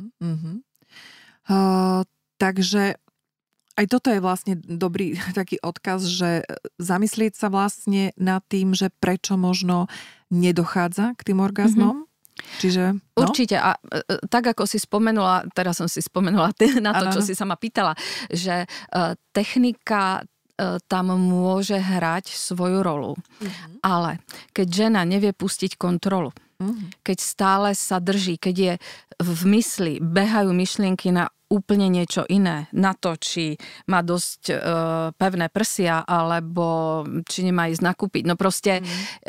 Takže aj toto je vlastne dobrý taký odkaz, že zamyslieť sa vlastne nad tým, že prečo možno nedochádza k tým orgazmom. Čiže, no? Určite. A tak ako si spomenula, teraz som si spomenula na to, čo si sa ma pýtala, že technika tam môže hrať svoju rolu. Ale keď žena nevie pustiť kontrolu, keď stále sa drží, keď je v mysli, behajú myšlienky na úplne niečo iné, na to, či má dosť pevné prsia, alebo či nemá ísť nakúpiť. No proste,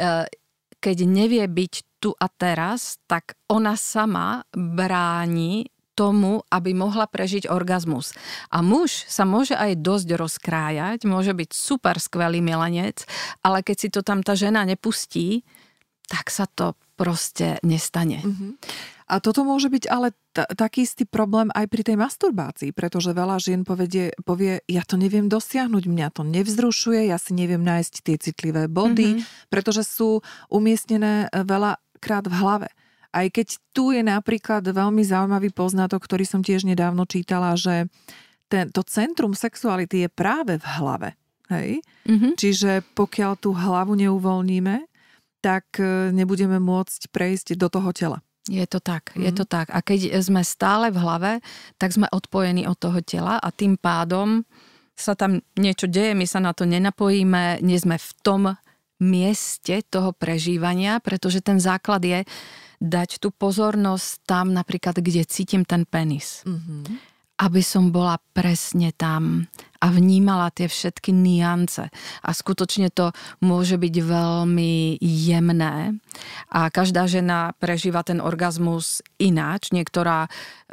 keď nevie byť tu a teraz, tak ona sama bráni tomu, aby mohla prežiť orgazmus. A muž sa môže aj dosť rozkrájať, môže byť super skvelý milenec, ale keď si to tam tá žena nepustí, tak sa to proste nestane. A toto môže byť ale taký istý problém aj pri tej masturbácii, pretože veľa žien povie, ja to neviem dosiahnuť, mňa to nevzrušuje, ja si neviem nájsť tie citlivé body, pretože sú umiestnené veľakrát v hlave. Aj keď tu je napríklad veľmi zaujímavý poznatok, ktorý som tiež nedávno čítala, že to centrum sexuality je práve v hlave. Hej? Čiže pokiaľ tú hlavu neuvoľníme, tak nebudeme môcť prejsť do toho tela. Je to tak, je to tak. A keď sme stále v hlave, tak sme odpojení od toho tela a tým pádom sa tam niečo deje, my sa na to nenapojíme, nie sme v tom mieste toho prežívania, pretože ten základ je dať tú pozornosť tam napríklad, kde cítim ten penis. Aby som bola presne tam a vnímala tie všetky niance. A skutočne to môže byť veľmi jemné. A každá žena prežíva ten orgazmus ináč. Niektorá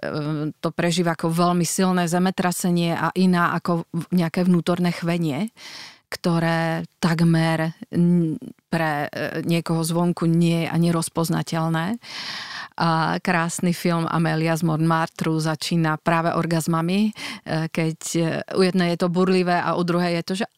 to prežíva ako veľmi silné zemetrasenie a iná ako nejaké vnútorné chvenie, ktoré takmer pre niekoho zvonku nie je ani rozpoznateľné. A krásny film Amélia z Montmartru začína práve orgazmami, keď u jednej je to burlivé a u druhej je to, že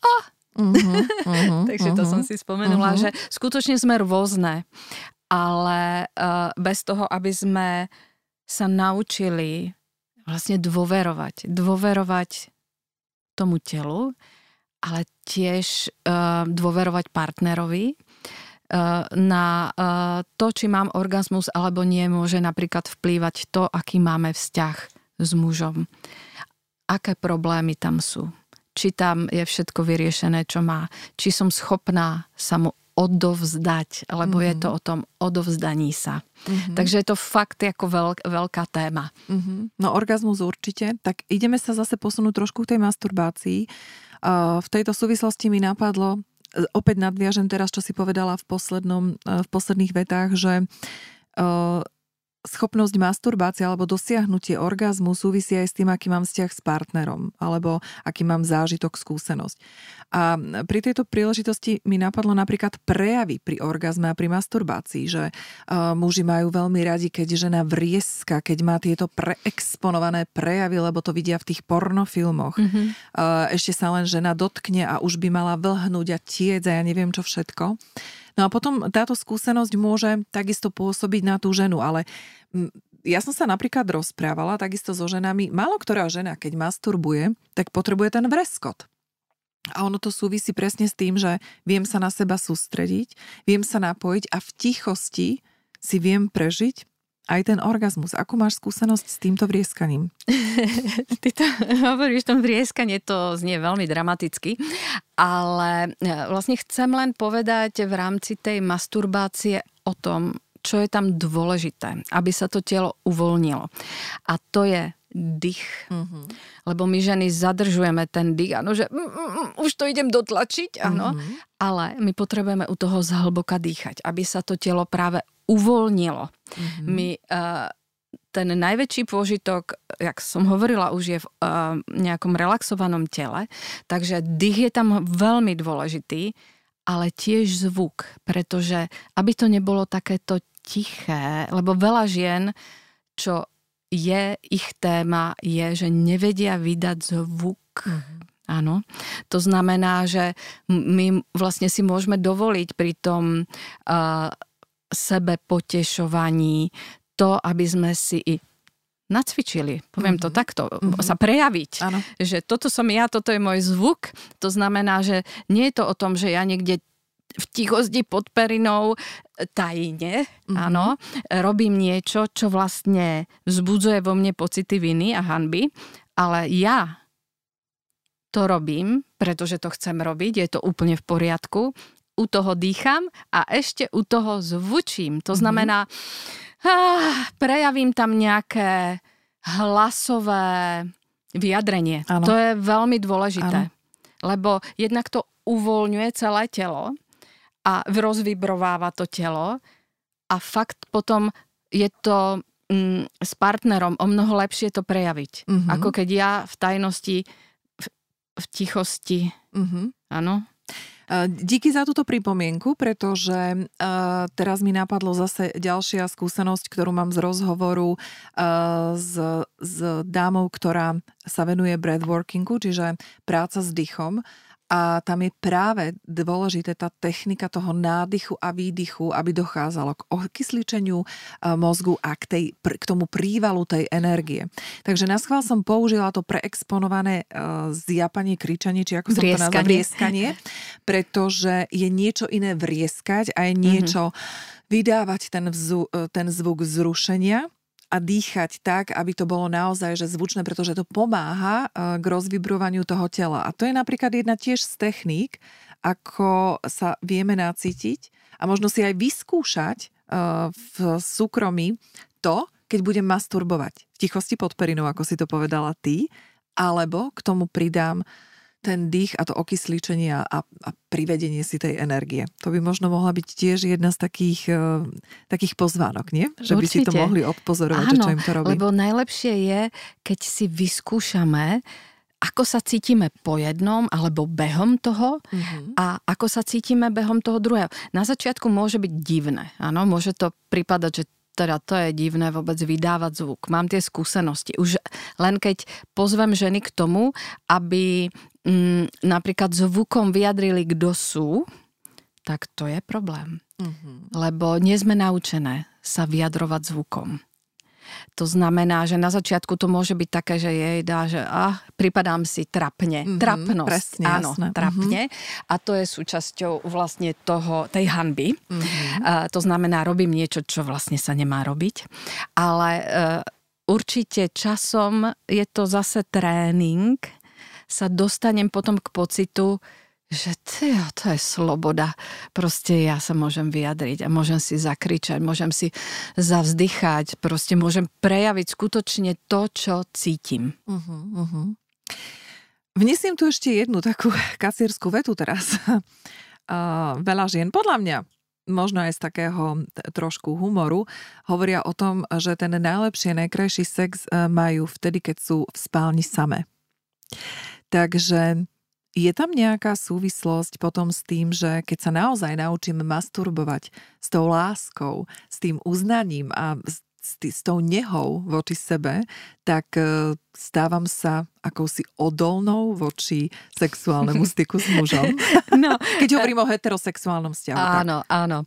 Takže to som si spomenula, že skutočne sme rôzne, ale bez toho, aby sme sa naučili vlastne dôverovať tomu telu, ale tiež dôverovať partnerovi na to, či mám orgazmus alebo nie, môže napríklad vplývať to, aký máme vzťah s mužom. Aké problémy tam sú. Či tam je všetko vyriešené, čo má. Či som schopná sa mu odovzdať, lebo je to o tom odovzdaní sa. Takže je to fakt ako veľká téma. No orgazmus určite. Tak ideme sa zase posunúť trošku k tej masturbácii. V tejto súvislosti mi napadlo, opäť nadviažem teraz, čo si povedala v posledných vetách, že schopnosť masturbácie alebo dosiahnutie orgazmu súvisí aj s tým, aký mám vzťah s partnerom alebo aký mám zážitok, skúsenosť. A pri tejto príležitosti mi napadlo napríklad prejavy pri orgazme a pri masturbácii, že muži majú veľmi radi, keď žena vrieska, keď má tieto preexponované prejavy, lebo to vidia v tých pornofilmoch. Ešte sa len žena dotkne a už by mala vlhnúť a tiec a ja neviem čo všetko. No a potom táto skúsenosť môže takisto pôsobiť na tú ženu, ale ja som sa napríklad rozprávala takisto so ženami. Málo ktorá žena, keď masturbuje, tak potrebuje ten vreskot. A ono to súvisí presne s tým, že viem sa na seba sústrediť, viem sa napojiť a v tichosti si viem prežiť aj ten orgazmus. Ako máš skúsenosť s týmto vrieskaním? Ty to hovoríš, tom vrieskanie, to znie veľmi dramaticky, ale vlastne chcem len povedať v rámci tej masturbácie o tom, čo je tam dôležité, aby sa to telo uvoľnilo. A to je dých. Lebo my ženy zadržujeme ten dých, áno, že už to idem dotlačiť, áno, ale my potrebujeme u toho zhlboka dýchať, aby sa to telo práve uvoľnilo. My ten najväčší pôžitok, jak som hovorila, už je v nejakom relaxovanom tele, takže dých je tam veľmi dôležitý, ale tiež zvuk, pretože aby to nebolo takéto tiché, lebo veľa žien, čo je ich téma, je, že nevedia vydať zvuk. Áno. To znamená, že my vlastne si môžeme dovoliť pri tom sebepotešovaní to, aby sme si i nacvičili, poviem to takto, sa prejaviť. Ano. Že toto som ja, toto je môj zvuk. To znamená, že nie je to o tom, že ja niekde v tichosti pod perinou tajne, áno, robím niečo, čo vlastne vzbudzuje vo mne pocity viny a hanby, ale ja to robím, pretože to chcem robiť, je to úplne v poriadku, u toho dýcham a ešte u toho zvučím. To znamená, prejavím tam nejaké hlasové vyjadrenie. Ano. To je veľmi dôležité, lebo jednak to uvoľňuje celé telo a rozvibrováva to telo a fakt potom je to s partnerom o mnoho lepšie to prejaviť. Ako keď ja v tajnosti, v tichosti. Áno. Díky za túto pripomienku, pretože teraz mi napadlo zase ďalšia skúsenosť, ktorú mám z rozhovoru s dámou, ktorá sa venuje breathworkingu, čiže práca s dýchom. A tam je práve dôležité tá technika toho nádychu a výdychu, aby dochádzalo k okysličeniu mozgu a k tomu prívalu tej energie. Takže naschvál som použila to preexponované zjapanie, kričanie, či ako som to nazvala, vrieskanie, pretože je niečo iné vrieskať a je niečo vydávať ten zvuk zrušenia a dýchať tak, aby to bolo naozaj že zvučné, pretože to pomáha k rozvibrovaniu toho tela. A to je napríklad jedna tiež z techník, ako sa vieme nacítiť a možno si aj vyskúšať v súkromí to, keď budem masturbovať v tichosti pod perinou, ako si to povedala ty, alebo k tomu pridám ten dých a to okysličenie a privedenie si tej energie. To by možno mohla byť tiež jedna z takých pozvánok, nie? Že by si to mohli odpozorovať, že čo im to robí. Lebo najlepšie je, keď si vyskúšame, ako sa cítime po jednom alebo behom toho a ako sa cítime behom toho druhého. Na začiatku môže byť divné. Áno, môže to pripadať, že teda to je divné vôbec vydávať zvuk. Mám tie skúsenosti. Už len keď pozvem ženy k tomu, aby napríklad zvukom vyjadrili, kto sú, tak to je problém. Lebo nie sme naučené sa vyjadrovať zvukom. To znamená, že na začiatku to môže byť také, že pripadám si trapne. Trapnosť. Presne, áno, jasné. trapne. A to je súčasťou vlastne tej hanby. To znamená, robím niečo, čo vlastne sa nemá robiť. Ale určite časom je to zase tréning. Sa dostanem potom k pocitu, že to je sloboda. Proste ja sa môžem vyjadriť a môžem si zakričať, môžem si zavzdychať, proste môžem prejaviť skutočne to, čo cítim. Vnesiem tu ešte jednu takú kacírskú vetu teraz. Veľa žien, podľa mňa, možno aj z takého trošku humoru, hovoria o tom, že ten najlepší, najkrajší sex majú vtedy, keď sú v spálni same. Takže je tam nejaká súvislosť potom s tým, že keď sa naozaj naučím masturbovať s tou láskou, s tým uznaním a s tou nehou voči sebe, tak stávam sa akousi odolnou voči sexuálnemu styku s mužom. No, keď hovorím o heterosexuálnom vzťahu. Áno.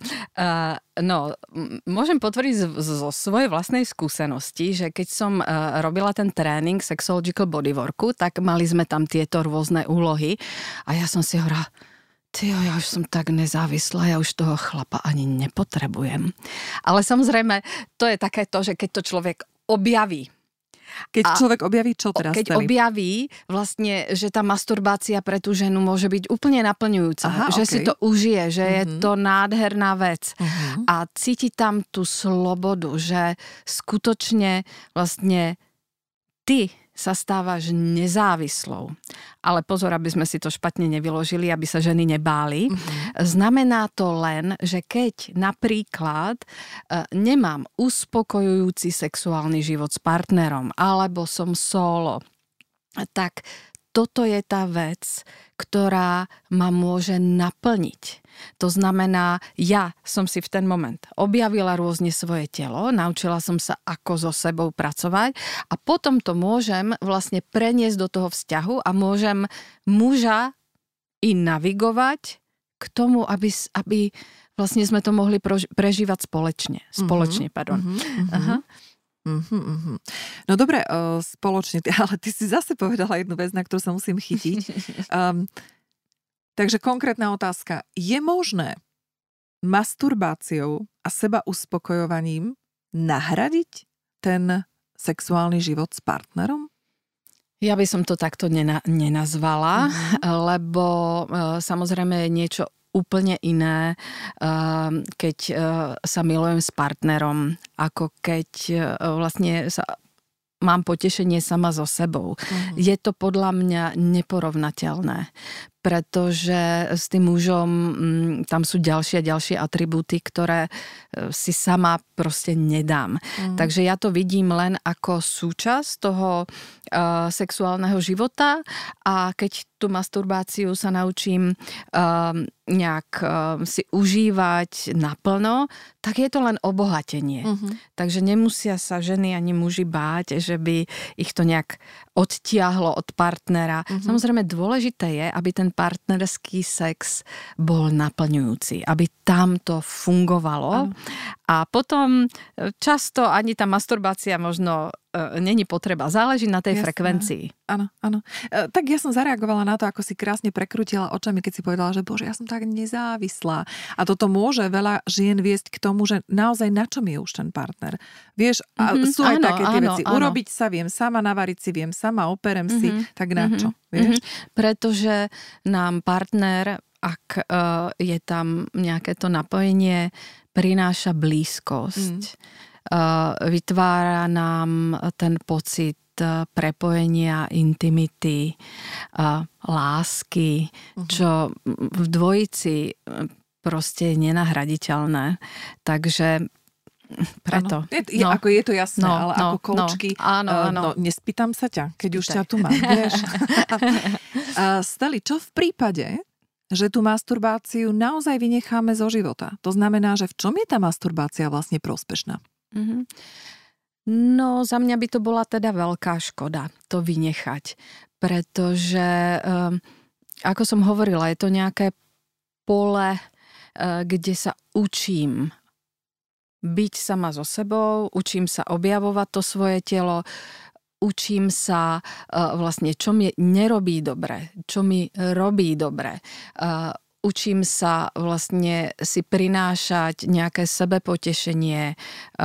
Môžem potvrdiť zo svojej vlastnej skúsenosti, že keď som robila ten tréning Sexological Bodyworku, tak mali sme tam tieto rôzne úlohy a ja som si hovorila, ja už som tak nezávislá, ja už toho chlapa ani nepotrebujem. Ale samozrejme, to je také to, že keď to človek objaví. Keď človek objaví, čo teraz? Keď objaví vlastne, že tá masturbácia pre tú ženu môže byť úplne naplňujúca. Že si to užije, že je to nádherná vec. A cíti tam tú slobodu, že skutočne vlastne ty sa stávaš nezávislou. Ale pozor, aby sme si to špatne nevyložili, aby sa ženy nebáli. Znamená to len, že keď napríklad nemám uspokojujúci sexuálny život s partnerom, alebo som solo, tak toto je tá vec, ktorá ma môže naplniť. To znamená, ja som si v ten moment objavila rôzne svoje telo, naučila som sa, ako so sebou pracovať a potom to môžem vlastne preniesť do toho vzťahu a môžem muža i navigovať k tomu, aby vlastne sme to mohli prežívať spoločne. No dobre, spoločne, ale ty si zase povedala jednu vec, na ktorú sa musím chytiť. Takže konkrétna otázka. Je možné masturbáciou a seba uspokojovaním nahradiť ten sexuálny život s partnerom? Ja by som to takto nenazvala, lebo samozrejme je niečo úplne iné, keď sa milujem s partnerom, ako keď vlastne mám potešenie sama so sebou. Je to podľa mňa neporovnateľné, pretože s tým mužom tam sú ďalšie atribúty, ktoré si sama proste nedám. Takže ja to vidím len ako súčasť toho sexuálneho života a keď tú masturbáciu sa naučím nejak si užívať naplno, tak je to len obohatenie. Takže nemusia sa ženy ani muži báť, že by ich to nejak odtiahlo od partnera. Samozrejme dôležité je, aby ten partnerský sex bol naplňujúci, aby tam to fungovalo. A potom často ani tá masturbácia možno není potreba. Záleží na tej frekvencii. Áno. Tak ja som zareagovala na to, ako si krásne prekrútila očami, keď si povedala, že bože, ja som tak nezávislá. A toto môže veľa žien viesť k tomu, že naozaj na čom je už ten partner. Vieš, sú aj také tie veci. Urobiť sa viem sama, navariť si viem sama, operem si, tak na čo? Vieš? Pretože nám partner, ak je tam nejaké to napojenie, prináša blízkosť. Vytvára nám ten pocit prepojenia, intimity, lásky, čo v dvojici proste je nenahraditeľné. Takže preto. Ako je to jasné, ale ako koučky, nespýtam sa ťa, keď už ťa tu mám, vieš. Steli, čo v prípade, že tú masturbáciu naozaj vynecháme zo života? To znamená, že v čom je tá masturbácia vlastne prospešná? No, za mňa by to bola teda veľká škoda to vynechať, pretože ako som hovorila, je to nejaké pole, kde sa učím byť sama so sebou, učím sa objavovať to svoje telo, učím sa vlastne, čo mi nerobí dobre, čo mi robí dobre. Učím sa vlastne si prinášať nejaké sebepotešenie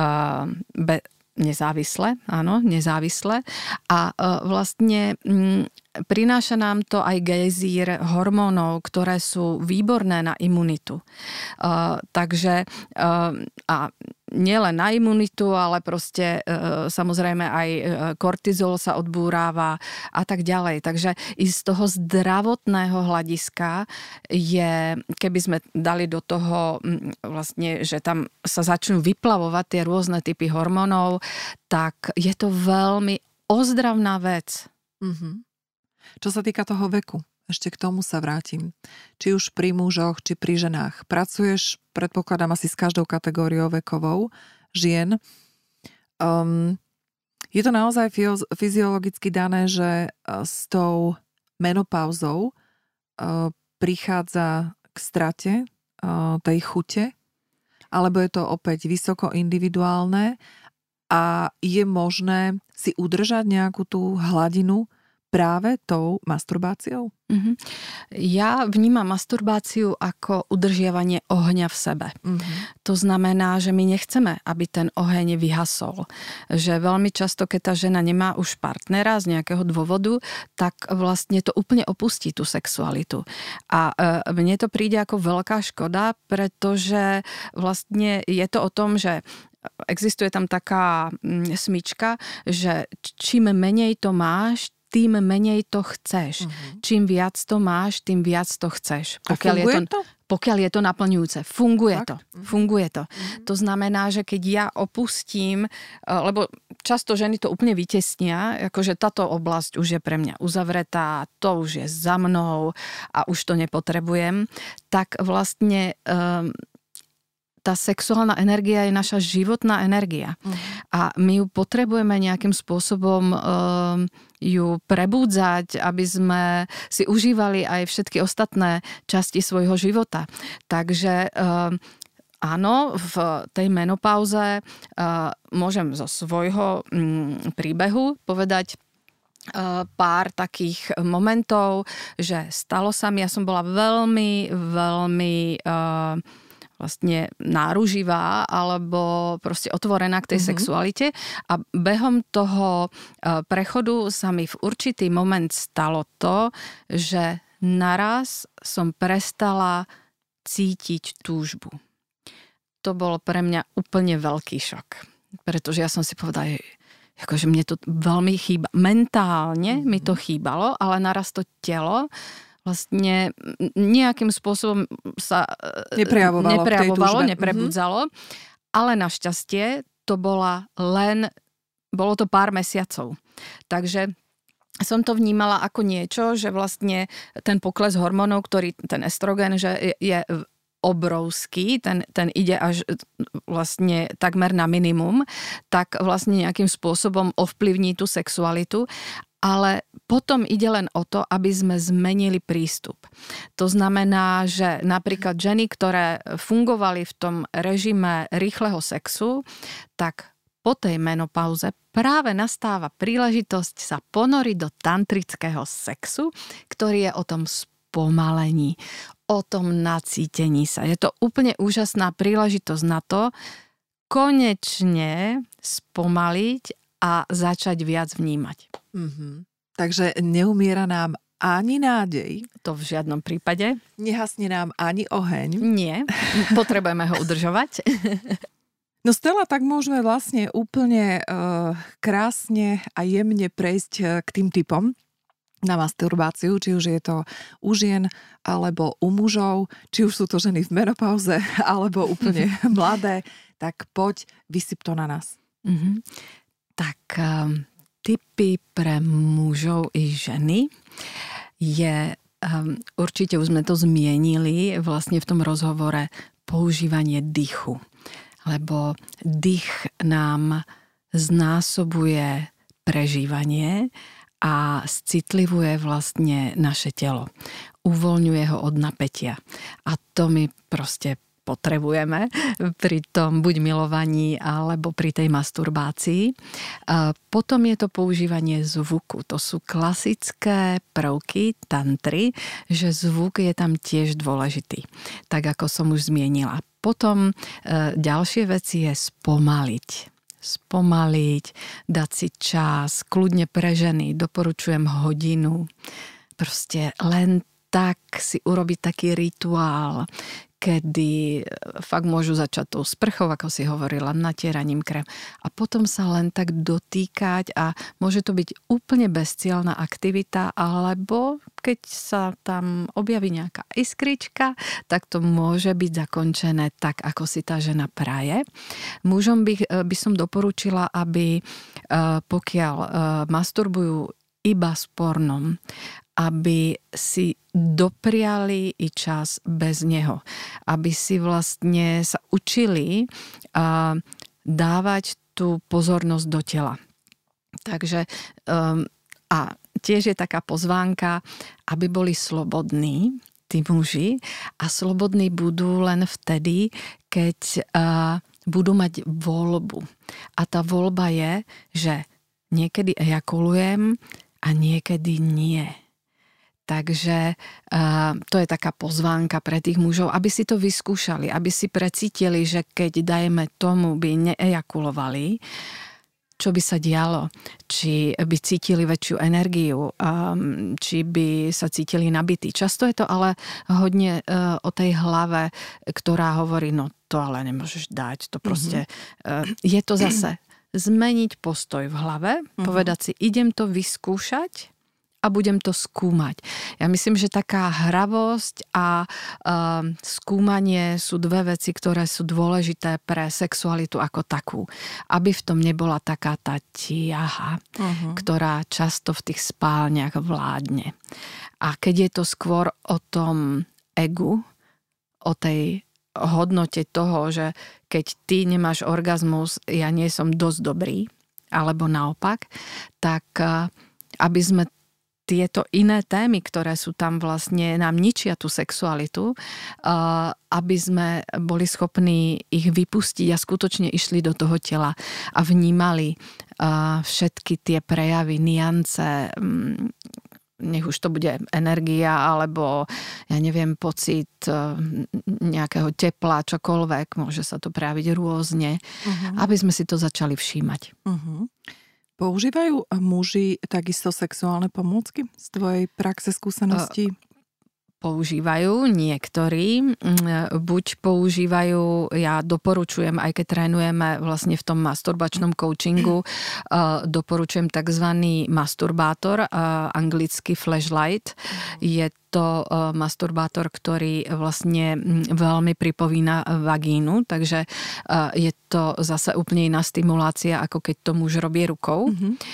nezávisle, áno, nezávisle. A vlastne prináša nám to aj gejzír hormónov, ktoré sú výborné na imunitu. Takže a nielen na imunitu, ale proste samozrejme aj kortizol sa odbúráva a tak ďalej. Takže i z toho zdravotného hľadiska je, keby sme dali do toho vlastne, že tam sa začnú vyplavovať tie rôzne typy hormónov, tak je to veľmi ozdravná vec. Mm-hmm. Čo sa týka toho veku, ešte k tomu sa vrátim. Či už pri mužoch, či pri ženách. Pracuješ, predpokladám, asi s každou kategóriou vekovou žien. Je to naozaj fyziologicky dané, že s tou menopauzou prichádza k strate tej chute, alebo je to opäť vysoko individuálne a je možné si udržať nejakú tú hladinu práve tou masturbáciou? Mm-hmm. Ja vnímam masturbáciu ako udržiavanie ohňa v sebe. Mm-hmm. To znamená, že my nechceme, aby ten oheň vyhasol. Že veľmi často, keď tá žena nemá už partnera z nejakého dôvodu, tak vlastne to úplne opustí tú sexualitu. A mne to príde ako veľká škoda, pretože vlastne je to o tom, že existuje tam taká smyčka, že čím menej to máš, tým menej to chceš. Uh-huh. Čím viac to máš, tým viac to chceš. Pokiaľ je to naplňujúce. Funguje to. Uh-huh. To znamená, že keď ja opustím, lebo často ženy to úplne vytesnia, akože táto oblasť už je pre mňa uzavretá, to už je za mnou a už to nepotrebujem, tak vlastne tá sexuálna energia je naša životná energia. A my ju potrebujeme nejakým spôsobom ju prebúdzať, aby sme si užívali aj všetky ostatné časti svojho života. Takže áno, v tej menopauze môžem zo svojho príbehu povedať pár takých momentov, že stalo sa mi, ja som bola veľmi vlastne náruživá alebo proste otvorená k tej sexualite a behom toho prechodu sa mi v určitý moment stalo to, že naraz som prestala cítiť túžbu. To bol pre mňa úplne veľký šok, pretože ja som si povedala, akože mne to veľmi chýba. Mentálne mi to chýbalo, ale naraz to telo vlastne nejakým spôsobom sa neprejavovalo, neprebudzalo, ale našťastie to bolo to pár mesiacov. Takže som to vnímala ako niečo, že vlastne ten pokles hormónov, ten estrogen, že je obrovský, ten ide až vlastne takmer na minimum, tak vlastne nejakým spôsobom ovplyvní tú sexualitu. Ale potom ide len o to, aby sme zmenili prístup. To znamená, že napríklad ženy, ktoré fungovali v tom režime rýchleho sexu, tak po tej menopauze práve nastáva príležitosť sa ponoriť do tantrického sexu, ktorý je o tom spomalení, o tom nacítení sa. Je to úplne úžasná príležitosť na to, konečne spomaliť a začať viac vnímať. Mm-hmm. Takže neumiera nám ani nádej. To v žiadnom prípade. Nehasne nám ani oheň. Nie, potrebujeme ho udržovať. No Stella, tak môžeme vlastne úplne krásne a jemne prejsť k tým typom na masturbáciu, či už je to u žien alebo u mužov, či už sú to ženy v menopauze alebo úplne mladé, tak poď, vysyp to na nás. Mm-hmm. Tak tipy pre mužov i ženy je, určite už sme to zmienili vlastne v tom rozhovore, používanie dýchu. Lebo dých nám znásobuje prežívanie a citlivuje vlastne naše telo. Uvoľňuje ho od napätia. A to mi proste potrebujeme pri tom buď milovaní alebo pri tej masturbácii. Potom je to používanie zvuku. To sú klasické prvky tantry, že zvuk je tam tiež dôležitý. Tak ako som už zmienila. Potom ďalšie veci je spomaliť, dať si čas, kľudne pre ženy, doporučujem hodinu. Proste len tak si urobiť taký rituál, kedy fakt môžu začať tou sprchou, ako si hovorila, natieraním krém. A potom sa len tak dotýkať a môže to byť úplne bezcielna aktivita, alebo keď sa tam objaví nejaká iskrička, tak to môže byť zakončené tak, ako si tá žena praje. Mužom by som doporučila, aby pokiaľ masturbujú iba s pornom, aby si dopriali i čas bez neho. Aby si vlastne sa učili dávať tú pozornosť do tela. Takže a tiež je taká pozvánka, aby boli slobodní, tí muži, a slobodní budú len vtedy, keď budú mať voľbu. A tá voľba je, že niekedy ejakulujem a niekedy nie. Takže to je taká pozvánka pre tých mužov, aby si to vyskúšali, aby si precítili, že keď dajme tomu by neejakulovali, čo by sa dialo, či by cítili väčšiu energiu, či by sa cítili nabití. Často je to ale hodne o tej hlave, ktorá hovorí, no to ale nemôžeš dať, to proste je to zase zmeniť postoj v hlave, povedať si, idem to vyskúšať a budem to skúmať. Ja myslím, že taká hravosť a skúmanie sú dve veci, ktoré sú dôležité pre sexualitu ako takú. Aby v tom nebola taká tá tiaha, ktorá často v tých spálniach vládne. A keď je to skôr o tom egu, o tej hodnote toho, že keď ty nemáš orgazmus, ja nie som dosť dobrý, alebo naopak, tak aby sme tieto iné témy, ktoré sú tam vlastne, nám ničia tú sexualitu, aby sme boli schopní ich vypustiť a skutočne išli do toho tela a vnímali všetky tie prejavy, niance, nech už to bude energia, alebo ja neviem, pocit nejakého tepla, čokoľvek, môže sa to prejaviť rôzne, aby sme si to začali všímať. Používajú muži takisto sexuálne pomôcky z tvojej praxe, skúsenosti? Používajú niektorí, buď používajú, ja doporučujem, aj keď trénujeme vlastne v tom masturbačnom coachingu, doporučujem takzvaný masturbátor, anglicky flashlight. Je to masturbátor, ktorý vlastne veľmi pripomína vagínu, takže je to zase úplne iná stimulácia, ako keď to muž robí rukou.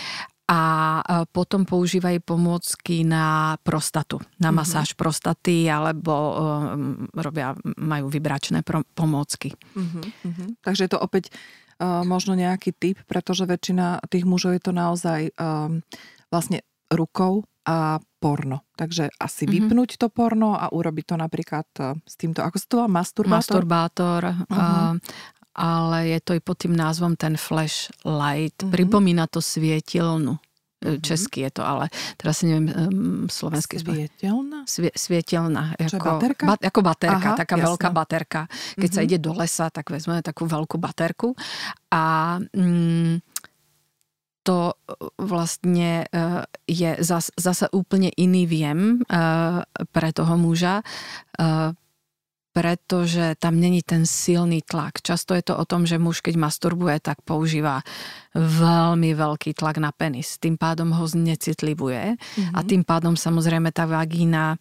A potom používajú pomôcky na prostatu, na masáž prostaty, alebo majú vibračné pomôcky. Takže je to opäť možno nejaký tip, pretože väčšina tých mužov je to naozaj vlastne rukou a porno. Takže asi vypnúť to porno a urobiť to napríklad s týmto, ako sa to volá, masturbátor. Ale je to i pod tým názvom ten flashlight. Pripomína to svietilnu. Česky je to, ale teraz si neviem slovenský. Svietelná? Svietelná. Čo, baterka? Ako baterka, taká jasné. veľká baterka. Keď sa ide do lesa, tak vezmeme takú veľkú baterku a to vlastne je zase úplne iný viem pre toho muža, pretože tam není ten silný tlak. Často je to o tom, že muž, keď masturbuje, tak používa veľmi veľký tlak na penis. Tým pádom ho znecitlivuje a tým pádom samozrejme tá vagína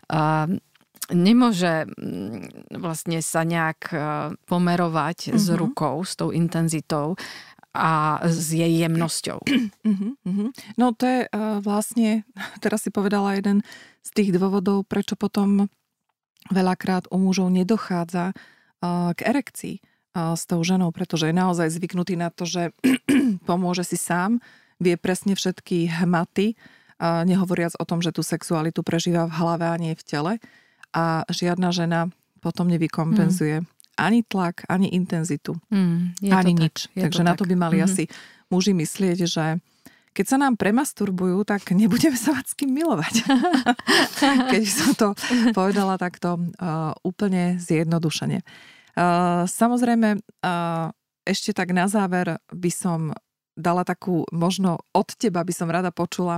nemôže vlastne sa nejak pomerovať s rukou, s tou intenzitou a s jej jemnosťou. No to je vlastne, teraz si povedala jeden z tých dôvodov, prečo potom veľakrát u mužov nedochádza k erekcii s tou ženou, pretože je naozaj zvyknutý na to, že pomôže si sám, vie presne všetky hmaty, nehovoriac o tom, že tú sexualitu prežíva v hlave a nie v tele. A žiadna žena potom nevykompenzuje ani tlak, ani intenzitu, ani nič. Takže na to by mali asi muži myslieť, že keď sa nám premasturbujú, tak nebudeme sa mať s kým milovať. Keď som to povedala takto úplne zjednodušene. Samozrejme, ešte tak na záver by som dala takú, možno od teba by som rada počula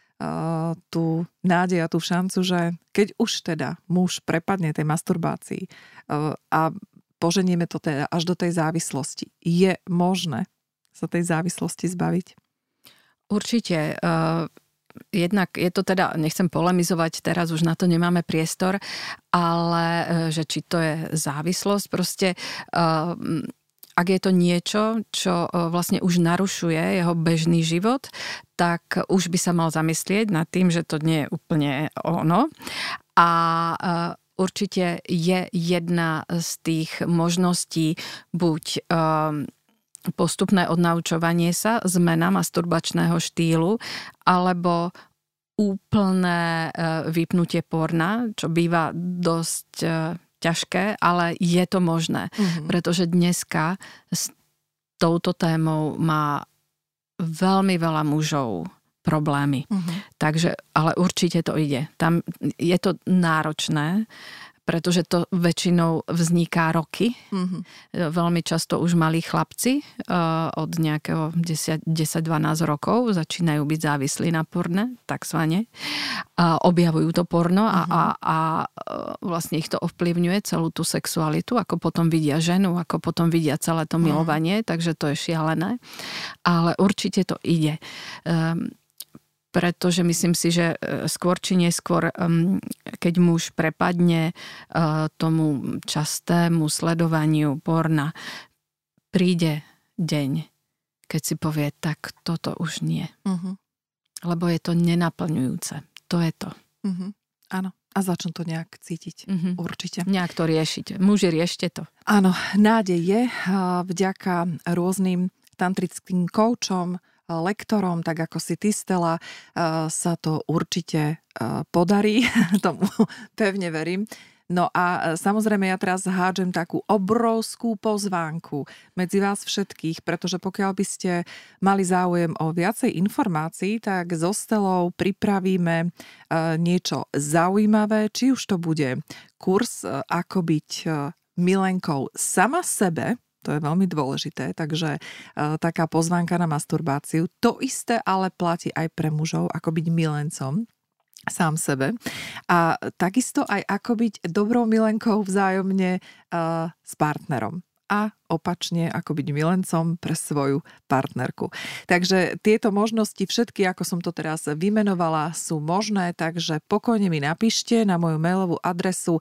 tú nádej a tú šancu, že keď už teda muž prepadne tej masturbácii a poženieme to teda až do tej závislosti, je možné sa tej závislosti zbaviť? Určite. Jednak je to teda, nechcem polemizovať, teraz už na to nemáme priestor, ale že či to je závislosť, proste ak je to niečo, čo vlastne už narušuje jeho bežný život, tak už by sa mal zamyslieť nad tým, že to nie je úplne ono. A určite je jedna z tých možností buď postupné odnaučovanie sa, zmena masturbačného štýlu, alebo úplné vypnutie porna, čo býva dosť ťažké, ale je to možné. Pretože dneska s touto témou má veľmi veľa mužov problémy. Takže, ale určite to ide. Tam je to náročné, pretože to väčšinou vzniká roky. Veľmi často už malí chlapci od nejakého 10-12 rokov začínajú byť závislí na porne, takzvané. Objavujú to porno a vlastne ich to ovplyvňuje celú tú sexualitu, ako potom vidia ženu, ako potom vidia celé to milovanie, takže to je šialené. Ale určite to ide. Pretože myslím si, že skôr či neskôr, keď muž prepadne tomu častému sledovaniu porna, príde deň, keď si povie, tak toto už nie. Lebo je to nenaplňujúce. To je to. Áno. A začnú to nejak cítiť. Určite. Nejak to riešiť. Muži, riešte to. Áno, nádej je vďaka rôznym tantrickým koučom, lektorom, tak ako si ty, Stella, sa to určite podarí. Tomu pevne verím. No a samozrejme ja teraz hádžem takú obrovskú pozvánku medzi vás všetkých, pretože pokiaľ by ste mali záujem o viacej informácií, tak so Stellou pripravíme niečo zaujímavé, či už to bude kurz ako byť milenkou sama sebe. To je veľmi dôležité, takže taká pozvánka na masturbáciu. To isté ale platí aj pre mužov, ako byť milencom sám sebe. A takisto aj ako byť dobrou milenkou vzájomne s partnerom. A opačne, ako byť milencom pre svoju partnerku. Takže tieto možnosti všetky, ako som to teraz vymenovala, sú možné, takže pokojne mi napíšte na moju mailovú adresu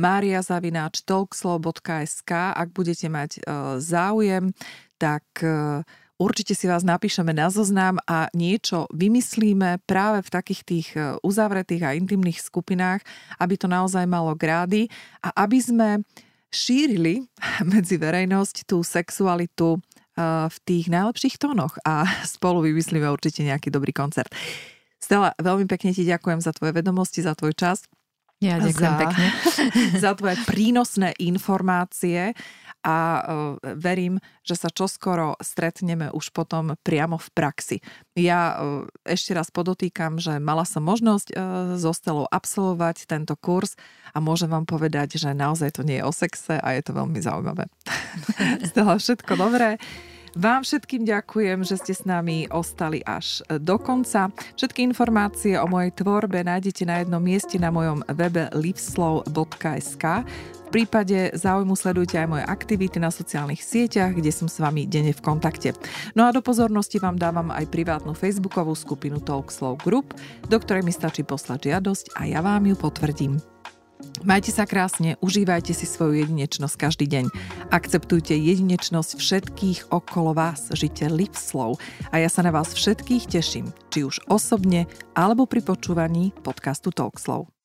maria@talkslow.sk. Ak budete mať záujem, tak určite si vás napíšeme na zoznam a niečo vymyslíme práve v takých tých uzavretých a intimných skupinách, aby to naozaj malo grády a aby sme šírili medzi verejnosť tú sexualitu v tých najlepších tónoch a spolu vymyslíme určite nejaký dobrý koncert. Stella, veľmi pekne ti ďakujem za tvoje vedomosti, za tvoj čas. Ja ďakujem pekne. Za tvoje prínosné informácie a verím, že sa čoskoro stretneme už potom priamo v praxi. Ja ešte raz podotýkam, že mala som možnosť so Stellou absolvovať tento kurz a môžem vám povedať, že naozaj to nie je o sexe a je to veľmi zaujímavé. Stella, všetko dobré. Vám všetkým ďakujem, že ste s nami ostali až do konca. Všetky informácie o mojej tvorbe nájdete na jednom mieste na mojom webe liveslow.sk. V prípade záujmu sledujte aj moje aktivity na sociálnych sieťach, kde som s vami denne v kontakte. No a do pozornosti vám dávam aj privátnu facebookovú skupinu Talkslow Group, do ktorej mi stačí poslať žiadosť a ja vám ju potvrdím. Majte sa krásne, užívajte si svoju jedinečnosť každý deň. Akceptujte jedinečnosť všetkých okolo vás, žite live slow a ja sa na vás všetkých teším, či už osobne alebo pri počúvaní podcastu Talkslow.